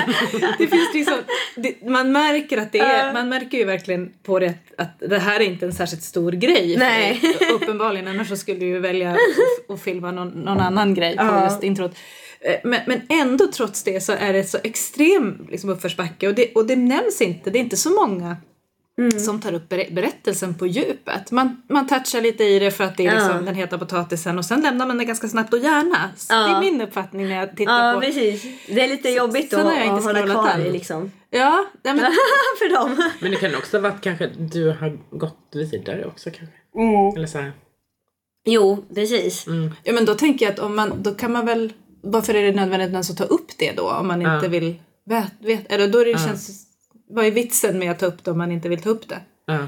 Det finns liksom, det, man märker att det är, man märker ju verkligen på det att det här är inte en särskilt stor grej. Nej. För, uppenbarligen, annars så skulle du ju välja att, att filma någon, någon annan grej på ja. just introt. Men, men ändå trots det så är det så extrem liksom, uppförsbacke. Och det, och det nämns inte. Det är inte så många mm. som tar upp berättelsen på djupet. Man, man touchar lite i det för att det är liksom, ja. den heta potatisen. Och sen lämnar man det ganska snabbt och gärna. Så ja. Det är min uppfattning när jag tittar ja, på. Ja, precis. Det är lite jobbigt så, att, att hålla kvar i liksom. Ja, men... för dem. Men det kan också vara att kanske du har gått vidare också kanske. Mm. Eller så här. Jo, precis. Mm. Ja, men då tänker jag att om man, då kan man väl... Varför är det nödvändigt att ta upp det då? Om man inte ja. vill vet, vet, eller då är det ja. känns, vad är vitsen med att ta upp det om man inte vill ta upp det? Ja.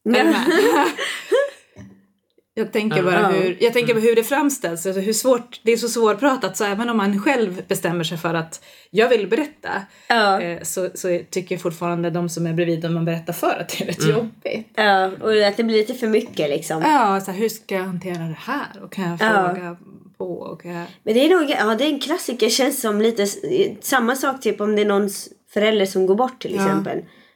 Jag tänker bara hur, jag tänker på hur det framställs. Alltså hur svårt, det är så svårpratat så även om man själv bestämmer sig för att jag vill berätta ja. så, så tycker fortfarande de som är bredvid om man berättar för att det är rätt mm. jobbigt. Ja, och att det blir lite för mycket liksom. Ja, så här, hur ska jag hantera det här? Och kan jag fråga... Ja. Och, uh... Men det är nog, ja, det är en klassiker, känns som lite samma sak typ om det är någons förälder som går bort till exempel.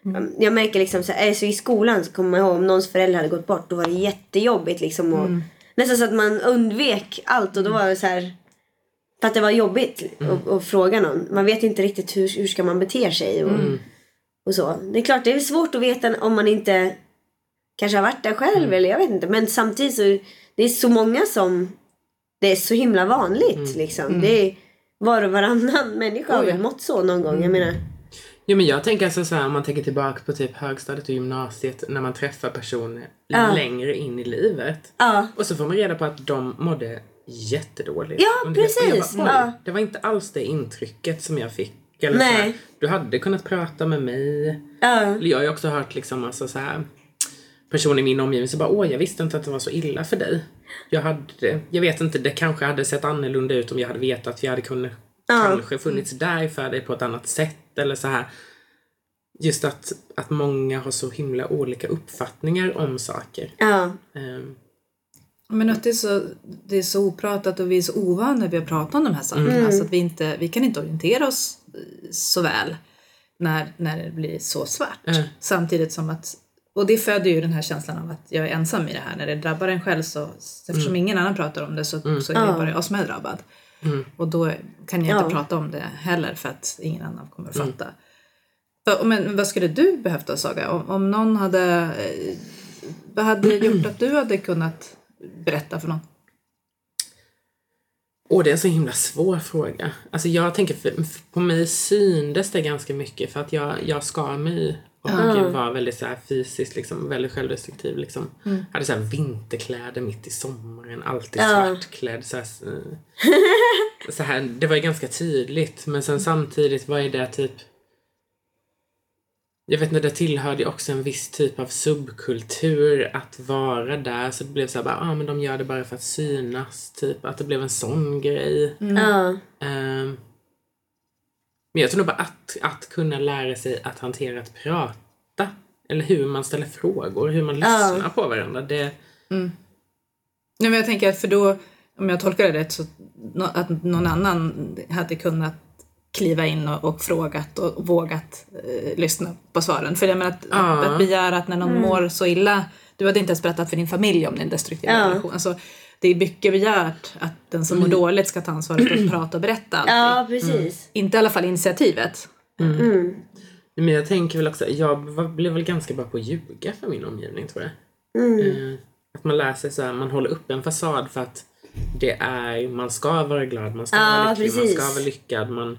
Mm. Jag märker liksom så, alltså i skolan så kommer jag ihåg om någons förälder hade gått bort, då var det jättejobbigt liksom. Och mm. nästan så att man undvek allt och då var det så här, för att det var jobbigt mm. att, att fråga någon. Man vet inte riktigt hur, hur ska man bete sig och, mm. och så. Det är klart, det är svårt att veta om man inte kanske har varit där själv mm. eller jag vet inte. Men samtidigt så det är så många som det är så himla vanligt mm. liksom. Mm. Det är var och varannan människa har väl mått så någon gång, jag menar. Jo, men jag tänker alltså så här, om man tänker tillbaka på typ högstadiet och gymnasiet när man träffar personer ja. längre in i livet. Ja. Och så får man reda på att de mådde jättedåligt. Ja, precis. Bara, ja. Det var inte alls det intrycket som jag fick. Eller Nej. Så här, du hade kunnat prata med mig. Ja. Jag har ju också hört liksom alltså så här, personer i min omgivning så bara, åh, jag visste inte att det var så illa för dig. Jag hade, jag vet inte, det kanske hade sett annorlunda ut om jag hade vetat att jag hade kunnat ja. kanske funnits där för dig på ett annat sätt eller så här. Just att, att många har så himla olika uppfattningar om saker. Ja. Um. Men att det är, så, det är så opratat och vi är så ovana vid att prata om de här sakerna. Mm. Så att vi, inte, vi kan inte orientera oss så väl när, när det blir så svart. Mm. Samtidigt som att, och det föder ju den här känslan av att jag är ensam i det här. När det drabbar en själv så, eftersom mm. ingen annan pratar om det så, mm. så är det ja. bara jag som är drabbad. Mm. Och då kan jag inte ja. prata om det heller för att ingen annan kommer att fatta. Mm. Men vad skulle du behövt då, Saga? Om, om någon hade... Vad hade gjort att du hade kunnat berätta för någon? Åh, det är en så himla svår fråga. Alltså jag tänker, för, på mig syndes det ganska mycket för att jag, jag skar mig och mm. var väldigt så här fysiskt, liksom, väldigt självdestruktiv. Liksom. Mm. Hade så här vinterkläder mitt i sommaren, alltid mm. svartklädd. Så här, så här, det var ju ganska tydligt, men sen samtidigt var det typ... Jag vet inte, det tillhörde också en viss typ av subkultur att vara där. Så det blev så här bara, ah, men de gör det bara för att synas. Typ att det blev en sån grej. Mm. Um, men jag tror nog bara att, att kunna lära sig att hantera att prata. Eller hur man ställer frågor, hur man lyssnar uh. på varandra. Det... Mm. Nej, men jag tänker att för då, om jag tolkar det rätt, så att någon annan hade kunnat kliva in och, och frågat och, och vågat eh, lyssna på svaren. För jag menar att, ja. att, att begära att när någon mm. mår så illa, du hade inte ens berättat för din familj om din destruktiva ja. relation. Alltså, det är mycket begärt att den som mm. mår dåligt ska ta ansvaret för att prata och berätta allting. Ja, precis. Mm. Inte i alla fall initiativet. Mm. Mm. Men jag tänker väl också, jag blev väl ganska bra på att ljuga för min omgivning, tror jag. Mm. Eh, att man lär sig så här, man håller upp en fasad för att det är, man ska vara glad, man ska ja, vara lycklig, precis. man ska vara lyckad, man...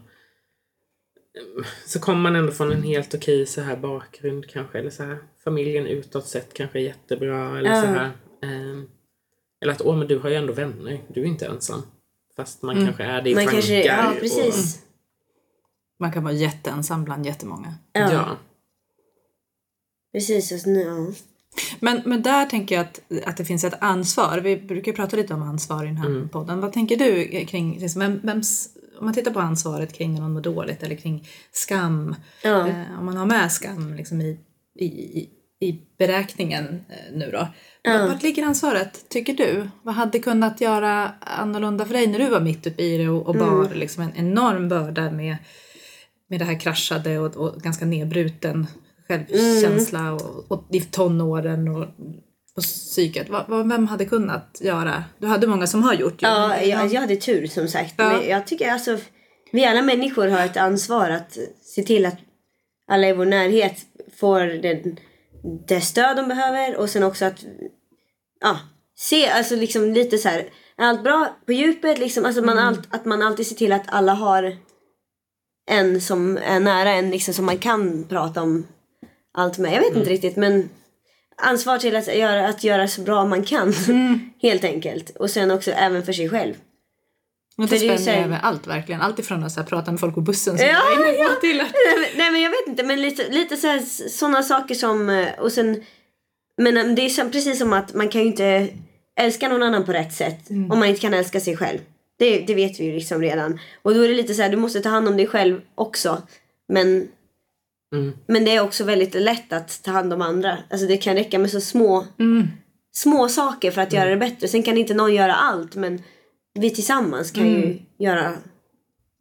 Så kommer man ändå från en helt okej så här bakgrund kanske, eller så här familjen utåt sett kanske är jättebra eller ja. så här um, eller att åh, men du har ju ändå vänner, du är inte ensam fast man mm. kanske är det i man tankar kanske, ja, precis. Och, man kan vara jätteensam bland jättemånga. Ja, ja. Precis, alltså, ja. Men, men där tänker jag att, att det finns ett ansvar. Vi brukar prata lite om ansvar i den här mm. podden. Vad tänker du kring liksom, vem, vems, om man tittar på ansvaret kring när någon mår dåligt eller kring skam. Ja. Eh, om man har med skam liksom, i, i, i beräkningen eh, nu då. Ja. Vart ligger ansvaret, tycker du? Vad hade kunnat göra annorlunda för dig när du var mitt uppe i det och, och bar mm. liksom, en enorm börda med, med det här kraschade och, och ganska nedbruten självkänsla mm. och, och i tonåren och, och psyket. Va, va, vem hade kunnat göra? Du hade många som har gjort. Ja, jag, jag hade tur som sagt. Ja. Men jag tycker alltså, vi alla människor har ett ansvar att se till att alla i vår närhet får det, det stöd de behöver. Och sen också att ja, se alltså liksom lite så här, allt bra på djupet liksom, alltså man mm. allt, att man alltid ser till att alla har en som är nära en liksom, som man kan prata om allt med. Jag vet mm. inte riktigt, men ansvar till att göra, att göra så bra man kan mm. helt enkelt. Och sen också även för sig själv. Men det spänner ju över allt verkligen. Allt ifrån att prata med folk på bussen som ja, ja. till att... Nej men jag vet inte, men lite, lite så här, sådana saker som och sen, men det är precis som att man kan ju inte älska någon annan på rätt sätt mm. om man inte kan älska sig själv. Det, det vet vi ju liksom redan. Och då är det lite så här, du måste ta hand om dig själv också. Men Mm. Men det är också väldigt lätt att ta hand om andra. Alltså det kan räcka med så små mm. små saker för att mm. göra det bättre. Sen kan inte någon göra allt, men vi tillsammans kan mm. ju göra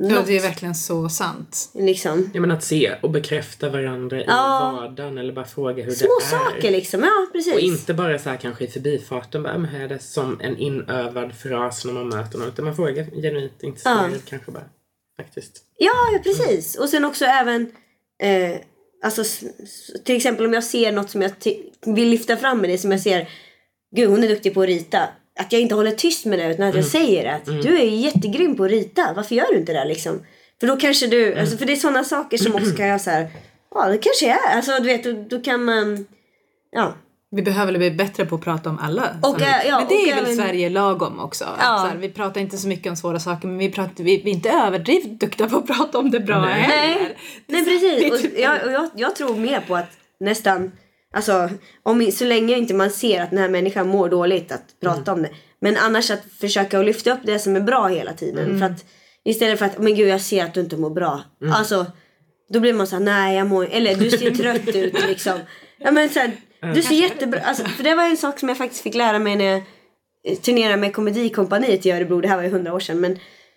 Ja, det är verkligen så sant. Liksom. Ja, men att se och bekräfta varandra i Ja. vardagen eller bara fråga hur Små det är. saker liksom, ja precis. Och inte bara så här kanske i förbifarten, bara, men är det som en inövad fras när man möter någon, utan man frågar genuint intresserad Ja. kanske bara, faktiskt. Ja, ja precis. Och sen också även eh, alltså, s- s- till exempel om jag ser något som jag ty- vill lyfta fram med det, som jag ser, gud hon är duktig på att rita, att jag inte håller tyst med det utan att jag säger att du är jättegrym på att rita, varför gör du inte det liksom? För då kanske du, mm. alltså, för det är sådana saker som också kan jag så här, ja det kanske är, alltså du vet, då, då kan man, ja. Vi behöver bli bättre på att prata om alla. Och, äh, ja, men det är och väl även, Sverige lagom också. Att Ja. så här, vi pratar inte så mycket om svåra saker, men vi, pratar, vi, vi är inte överdrivet duktiga på att prata om det bra Nej. heller. nej, nej precis. Och jag, och jag, jag tror mer på att nästan, alltså om, så länge inte man ser att den här människan mår dåligt, att prata mm. om det. Men annars att försöka att lyfta upp det som är bra hela tiden. Mm. För att istället för att, men gud jag ser att du inte mår bra. Mm. Alltså, då blir man så här, nej jag mår, eller du ser trött ut liksom. Ja men så här, du ser jättebra, alltså, för det var en sak som jag faktiskt fick lära mig när jag turnerade med komedikompaniet i Örebro, det här var ju hundra år sedan. Men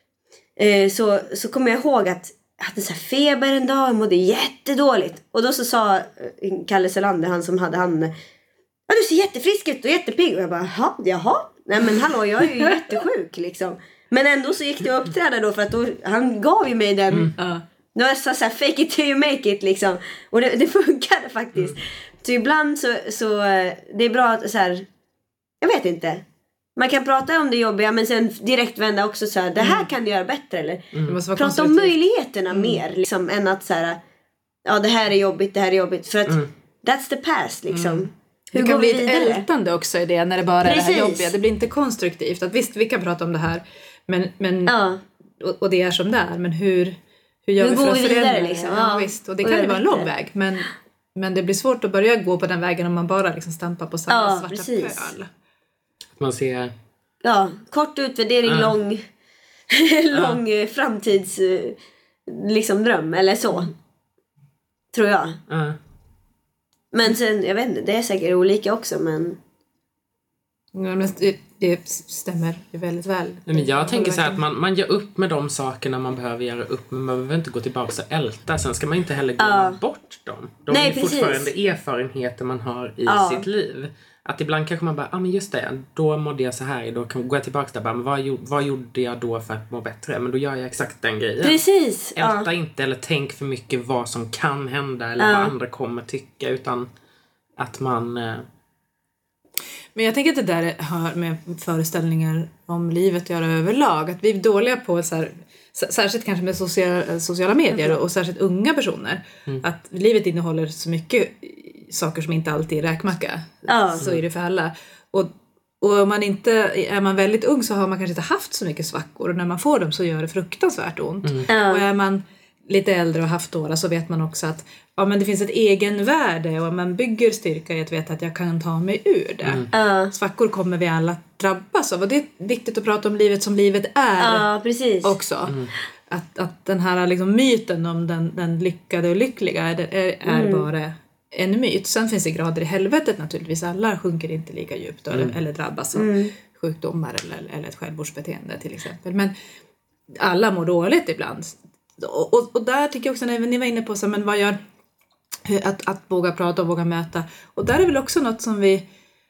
eh, så, så kommer jag ihåg att jag hade så här feber en dag, jag mådde jättedåligt. Och då så sa eh, Kalle Selander, han som hade han, ja du ser jättefrisk ut och jättepigg. Och jag bara, jaha, jaha. Nej men hallå, jag är ju jättesjuk liksom. Men ändå så gick det att uppträda då, för att då, han gav ju mig den. Mm. Då var jag så här, fake it till you make it liksom. Och det, det funkade faktiskt. Mm. Så ibland så, så det är bra att så här, jag vet inte. Man kan prata om det jobbiga, men sen direkt vända också så här, det här mm. kan du göra bättre eller. Mm. Prata om möjligheterna mm. mer liksom, än att så här, ja det här är jobbigt, det här är jobbigt. För att mm. that's the past liksom. Mm. Hur det kan bli ett ältande också i det när det bara Precis. Är det här jobbiga. Det blir inte konstruktivt. Att visst, vi kan prata om det här. Men, men, ja. och, och det är som det är. Men hur, hur gör hur vi för att förändra? Liksom? Ja, ja, visst. Och det och kan ju vara en lång väg. Men, men det blir svårt att börja gå på den vägen om man bara liksom stampar på samma ja, svarta precis. Pöl. Man ser... Ja, kort utvärdering, uh. lång, lång uh. framtids liksom dröm. Eller så. Mm. Tror jag. Uh. Men sen, jag vet inte, det är säkert olika också, men... Ja, men det, det stämmer väldigt väl. Men jag tänker så här att man, man gör upp med de sakerna man behöver göra upp, men man behöver inte gå tillbaka och älta. Sen ska man inte heller glömma uh. bort dem. De Nej, är precis. Fortfarande erfarenheter man har i uh. sitt liv. Att ibland kanske man bara, ja ah, men just det, då mådde jag så här, då kan, går jag tillbaka där, bara, men vad, vad gjorde jag då för att må bättre? Men då gör jag exakt den grejen. Precis. Älta uh. inte eller tänk för mycket vad som kan hända eller uh. vad andra kommer tycka, utan att man... Eh... Men jag tänker att det där har med föreställningar om livet att göra överlag. Att vi är dåliga på, så här, särskilt kanske med sociala, sociala medier mm. och särskilt unga personer. Mm. Att livet innehåller så mycket saker som inte alltid är räkmacka. Mm. Så är det för alla. Och, och om man inte, är man väldigt ung så har man kanske inte haft så mycket svackor. Och när man får dem så gör det fruktansvärt ont. Mm. Och är man lite äldre och haft några så vet man också att ja, men det finns ett egenvärde och man bygger styrka i att veta att jag kan ta mig ur det. Mm. Uh. Svackor kommer vi alla drabbas av och det är viktigt att prata om livet som livet är uh, precis. också. Mm. Att, att den här liksom myten om den, den lyckade och lyckliga är, är, är mm. bara en myt. Sen finns det grader i helvetet naturligtvis. Alla sjunker inte lika djupt mm. eller, eller drabbas av mm. sjukdomar eller, eller ett självmordsbeteende till exempel. Men alla mår dåligt ibland. Och, och, och där tycker jag också när ni var inne på så, men vad gör att, att våga prata och våga möta. Och där är väl också något som vi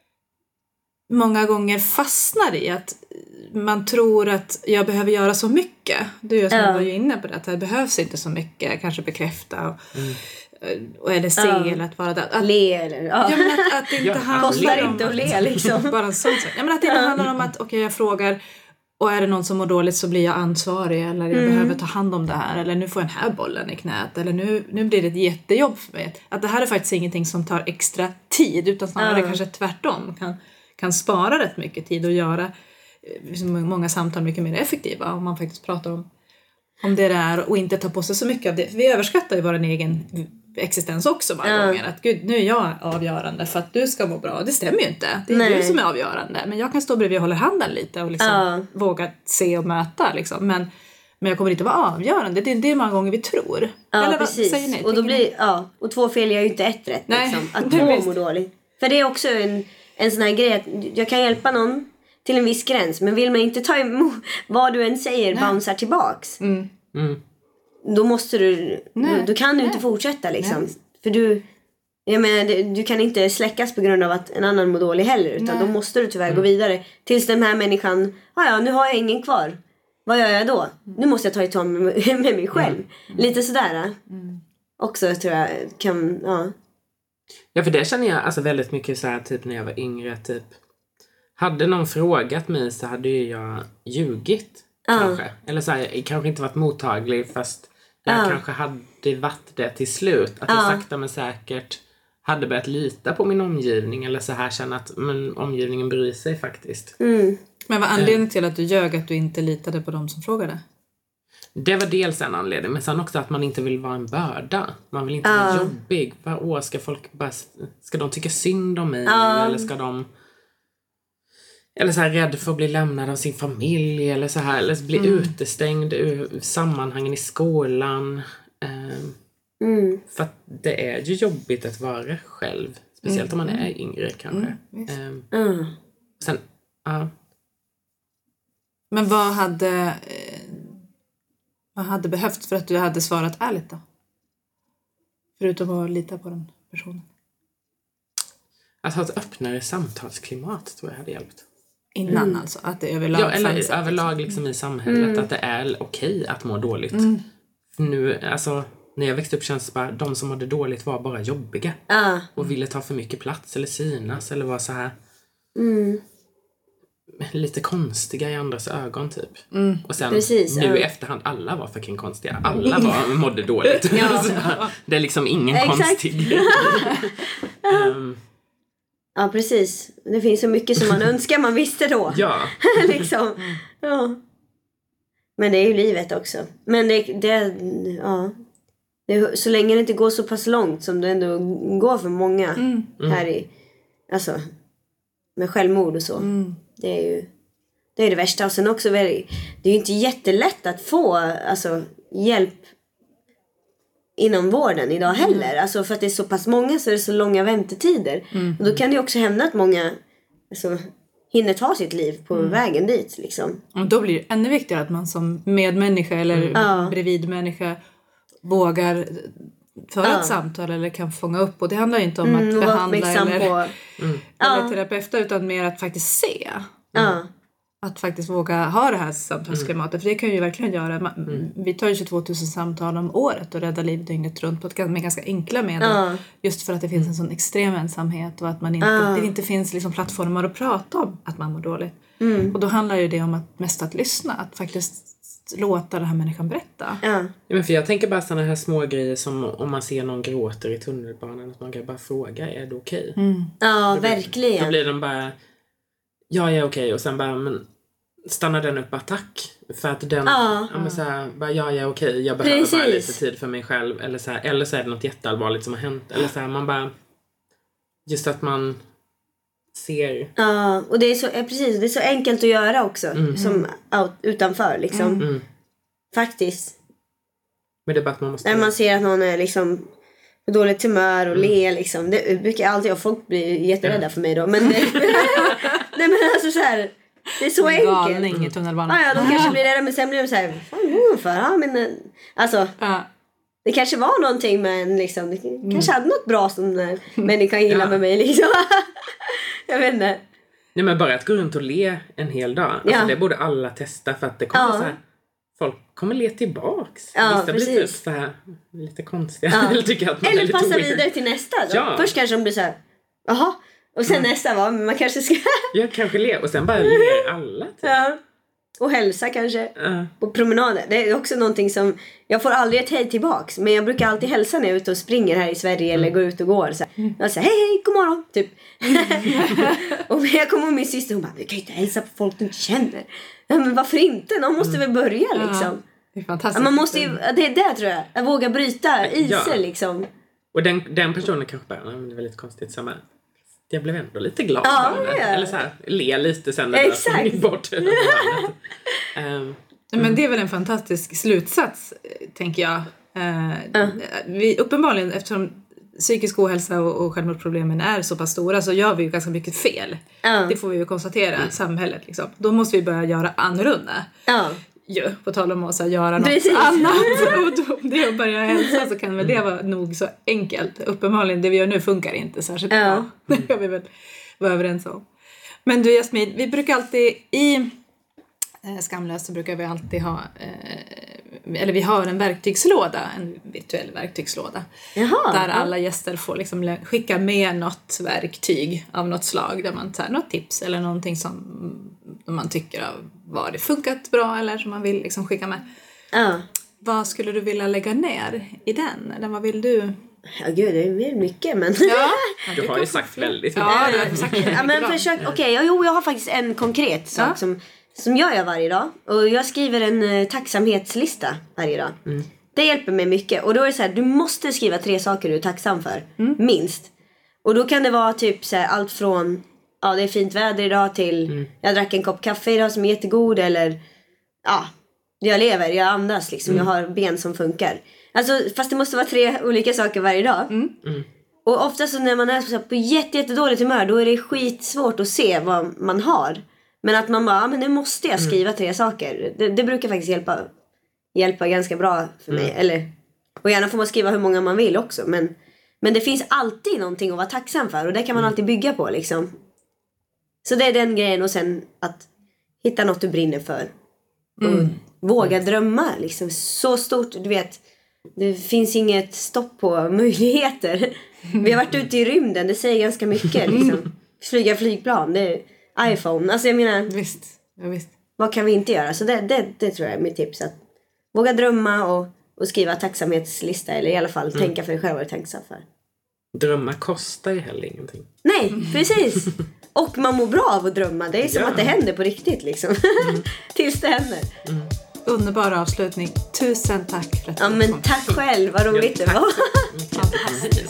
många gånger fastnar i. Att man tror att jag behöver göra så mycket. Du och jag var ju inne på det. Att det behövs inte så mycket. Kanske bekräfta och, mm. eller se uh. eller att vara där. Att, le eller ja. Ja, men att, att det inte ja, handlar om inte att le liksom. Bara en sån sak. Ja, men att det inte handlar om att okej okay, jag frågar. Och är det någon som mår dåligt så blir jag ansvarig. Eller jag mm. behöver ta hand om det här. Eller nu får jag den här bollen i knät. Eller nu, nu blir det ett jättejobb för mig. Att det här är faktiskt ingenting som tar extra tid. Utan snarare mm. kanske tvärtom. Kan, kan spara rätt mycket tid. Och göra liksom, många samtal mycket mer effektiva. Om man faktiskt pratar om, om det där. Och inte ta på sig så mycket av det. För vi överskattar ju vår egen existens också många mm. gånger. Att gud, nu är jag avgörande för att du ska må bra. Det stämmer ju inte. Det är Nej. Du som är avgörande. Men jag kan stå bredvid och hålla handen lite. Och liksom mm. våga se och möta. Liksom. Men, men jag kommer inte vara avgörande. Det är det många gånger vi tror. Ja, Eller precis. Vad säger ni? Och, då blir, ja, och två fel gör ju inte ett rätt. Nej. Liksom, att två mår dåligt. För det är också en, en sån här grej. Att jag kan hjälpa någon till en viss gräns. Men vill man inte ta emot vad du än säger, bouncear tillbaks. Mm. Mm. Då måste du, Nej. då, då kan du Nej. inte fortsätta liksom. Nej. För du, jag menar, du, du kan inte släckas på grund av att en annan mår dålig heller. Utan Nej. då måste du tyvärr mm. gå vidare. Tills den här människan, ja ja, nu har jag ingen kvar. Vad gör jag då? Nu måste jag ta itu med, med mig själv. Mm. Lite sådär. Mm. Också tror jag kan, ja. Ja, för det känner jag alltså väldigt mycket så här, typ när jag var yngre, typ. Hade någon frågat mig så hade ju jag ljugit. Uh. Kanske. Eller så här, kanske inte varit mottaglig, fast jag uh. kanske hade varit det till slut. Att jag uh. sakta men säkert hade börjat lita på min omgivning. Eller så här känna att men, omgivningen bryr sig faktiskt. Mm. Men vad anledningen till att du ljög att du inte litade på dem som frågade? Det var dels en anledning. Men sen också att man inte vill vara en börda. Man vill inte uh. vara jobbig. Bara, åh, ska folk bara, ska de tycka synd om mig? Uh. Eller ska de... Eller så här rädd för att bli lämnad av sin familj. Eller så här. Eller bli mm. utestängd ur sammanhangen i skolan. Um, mm. För att det är ju jobbigt att vara själv. Speciellt mm. om man är yngre kanske. Mm. Um, mm. Sen, ja. Uh. Men vad hade... Eh, vad hade behövt för att du hade svarat ärligt då? Förutom att lita på den personen. Att ha ett öppnare samtalsklimat tror jag hade hjälpt. Innan mm. alltså? Att det överlag ja, eller fanns överlag liksom mm. i samhället. Mm. Att det är okej att må dåligt. Mm. Nu, alltså, när jag växte upp känns det bara, de som mådde dåligt var bara jobbiga. Uh. Och ville ta för mycket plats eller synas. Eller var så här... Mm. lite konstiga i andras ögon typ. Mm. Och sen Precis, nu ja. i efterhand, alla var fucking konstiga. Alla var, mådde dåligt. Ja. Det är liksom ingen Exakt. konstig um, Ja, precis. Det finns så mycket som man önskar man visste då. Ja. liksom. Ja. Men det är ju livet också. Men det, det ja. Det, så länge det inte går så pass långt som det ändå går för många mm. här i, alltså, med självmord och så. Mm. Det är ju det är det värsta. Och sen också, det är ju inte jättelätt att få alltså, hjälp inom vården idag heller. Mm. Alltså för att det är så pass många så är det så långa väntetider. Mm. Och då kan det också hända att många alltså, hinner ta sitt liv på mm. vägen dit. Liksom. Och då blir det ännu viktigare att man som medmänniska eller mm. bredvidmänniska vågar föra ja. ett samtal eller kan fånga upp. Och det handlar inte om mm, att behandla eller, på... mm. eller ja. terapeuta utan mer att faktiskt se. Ja. Att faktiskt våga ha det här samtalsklimatet. Mm. För det kan ju verkligen göra. Mm. Vi tar ju tjugotvå tusen samtal om året och räddar liv dygnet runt på ett med ganska enkla medel. Ja. Just för att det finns en sån extrem ensamhet och att man inte, ja. det inte finns liksom plattformar att prata om att man mår dåligt. Mm. Och då handlar ju det om att mest att lyssna. Att faktiskt låta den här människan berätta. Ja. Ja, men för jag tänker bara sådana här små grejer som om man ser någon gråter i tunnelbanan, att man kan bara fråga, är det okej? Okay? Mm. Ja, då blir, verkligen. Då blir de bara, ja, jag är okej. Okay. Och sen bara, men stannar den upp, attack? För att den, ja, ja men så här, bara, ja, jag är okej. Okay. Jag behöver Precis. bara lite tid för mig själv. Eller så här, eller så är det något jätteallvarligt som har hänt. Eller så här, man bara, just att man ser. Ja, och det är så, precis, det är så enkelt att göra också. Mm. Som out, utanför, liksom. Mm. Mm. Faktiskt. Men det är bara att man måste... När man ser att någon är liksom på dåligt humör och mm. ler liksom. Det brukar alltid, och folk blir jätterädda ja. för mig då. Men det, nej men alltså så här, det är så enkelt. Galning i tunnelbanan. Ja, ja, de kanske blir rädda, men sen blir de så här, vad är för? Ja, men alltså... Ja. Det kanske var någonting, men liksom, det mm. kanske hade något bra som den människan gillar ja. med mig liksom. Jag vet inte. Nej, men bara att gå runt och le en hel dag. Alltså, ja. Det borde alla testa, för att det kommer ja. så här, folk kommer le tillbaks. Ja, vissa blir typ så här lite konstiga. Ja. Eller tycker att man Eller är lite passa weird. vidare till nästa då. Ja. Först kanske de blir så här, jaha. Och sen mm. nästa var, men man kanske ska... Jag kanske le, och sen bara ler alla. Typ. Ja. Och hälsa kanske. Uh. På promenader. Det är också någonting som... Jag får aldrig ett hej tillbaks. Men jag brukar alltid hälsa när jag är ute och springer här i Sverige. Mm. Eller går ut och går. Så här. Jag säger hej hej, god morgon. Typ. Och jag kommer med min syster. Hon bara, du kan ju inte hälsa på folk du inte känner. Ja, men varför inte? Någon måste väl börja liksom. Ja, det är fantastiskt. Ja, man måste ju, det är det tror jag. Att våga bryta isen ja. liksom. Och den, den personen kanske bara, det är väldigt konstigt samma. Jag blev ändå lite glad. Ja, ja. Eller så här, le lite sen när Exakt. jag bort. um, Men det är väl en fantastisk slutsats, tänker jag. Uh, uh. Vi, uppenbarligen, eftersom psykisk ohälsa och, och självmordsproblemen är så pass stora, så gör vi ju ganska mycket fel. Uh. Det får vi ju konstatera, mm. samhället liksom. Då måste vi börja göra annorlunda. Uh. ju, på tal om att göra något Precis. annat. Och då, det är att börja hälsa, så kan väl det vara nog så enkelt. Uppenbarligen, det vi gör nu funkar inte särskilt Ja. bra. Det kan vi väl vara överens om. Men du Jasmin, vi brukar alltid i eh, Skamlöst så brukar vi alltid ha eh, eller vi har en verktygslåda, en virtuell verktygslåda. Jaha. Där alla gäster får liksom lä- skicka med något verktyg av något slag, där man tar något tips eller någonting som man tycker har varit funkat bra eller som man vill liksom skicka med. Ja. Vad skulle du vilja lägga ner i den? Eller vad vill du? Ja, gud, det är mer mycket, men... Ja, Du har ju sagt väldigt mycket. ja, du har sagt Ja, men försök, okej, okay, jo, jag har faktiskt en konkret sak Ja. som, som jag gör varje dag. Och jag skriver en eh, tacksamhetslista varje dag. Mm. Det hjälper mig mycket. Och då är det så här, du måste skriva tre saker du är tacksam för. Minst. Och då kan det vara typ så här, allt från, ja, det är fint väder idag till, Mm. jag drack en kopp kaffe idag som är jättegod. Eller, ja, jag lever, jag andas liksom, jag har ben som funkar. Alltså, fast det måste vara tre olika saker varje dag. Mm. Och ofta så när man är så på jätte, jätte dåligt humör, då är det skitsvårt att se vad man har. Men att man bara, ja, men nu måste jag skriva tre saker. Det, det brukar faktiskt hjälpa, hjälpa ganska bra för mig. Eller, och gärna får man skriva hur många man vill också. Men, men det finns alltid någonting att vara tacksam för. Och det kan man alltid bygga på liksom. Så det är den grejen. Och sen att hitta något du brinner för. Och våga drömma liksom. Så stort, du vet. Det finns inget stopp på möjligheter. Vi har varit ute i rymden, det säger ganska mycket liksom. Flyga flygplan, det är iPhone. Alltså jag menar, visst. Ja, visst. vad kan vi inte göra? Så det, det, det tror jag är mitt tips. Att våga drömma och, och skriva tacksamhetslista. Eller i alla fall Mm. tänka för dig själv vad du är tacksam för. Drömmar kostar ju heller ingenting. Nej, precis. Och man mår bra av att drömma. Det är som Ja. att det händer på riktigt liksom. Tills det händer. Underbar avslutning. Tusen tack för att Ja, du men kom. tack själv, vad roligt det var. Fantastiskt.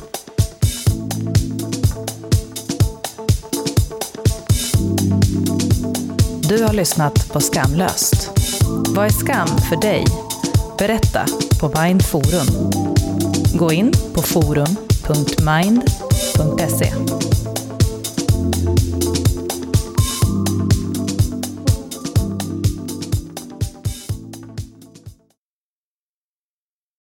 Du har lyssnat på Skamlöst. Vad är skam för dig? Berätta på Mind Forum. Gå in på forum punkt mind punkt se.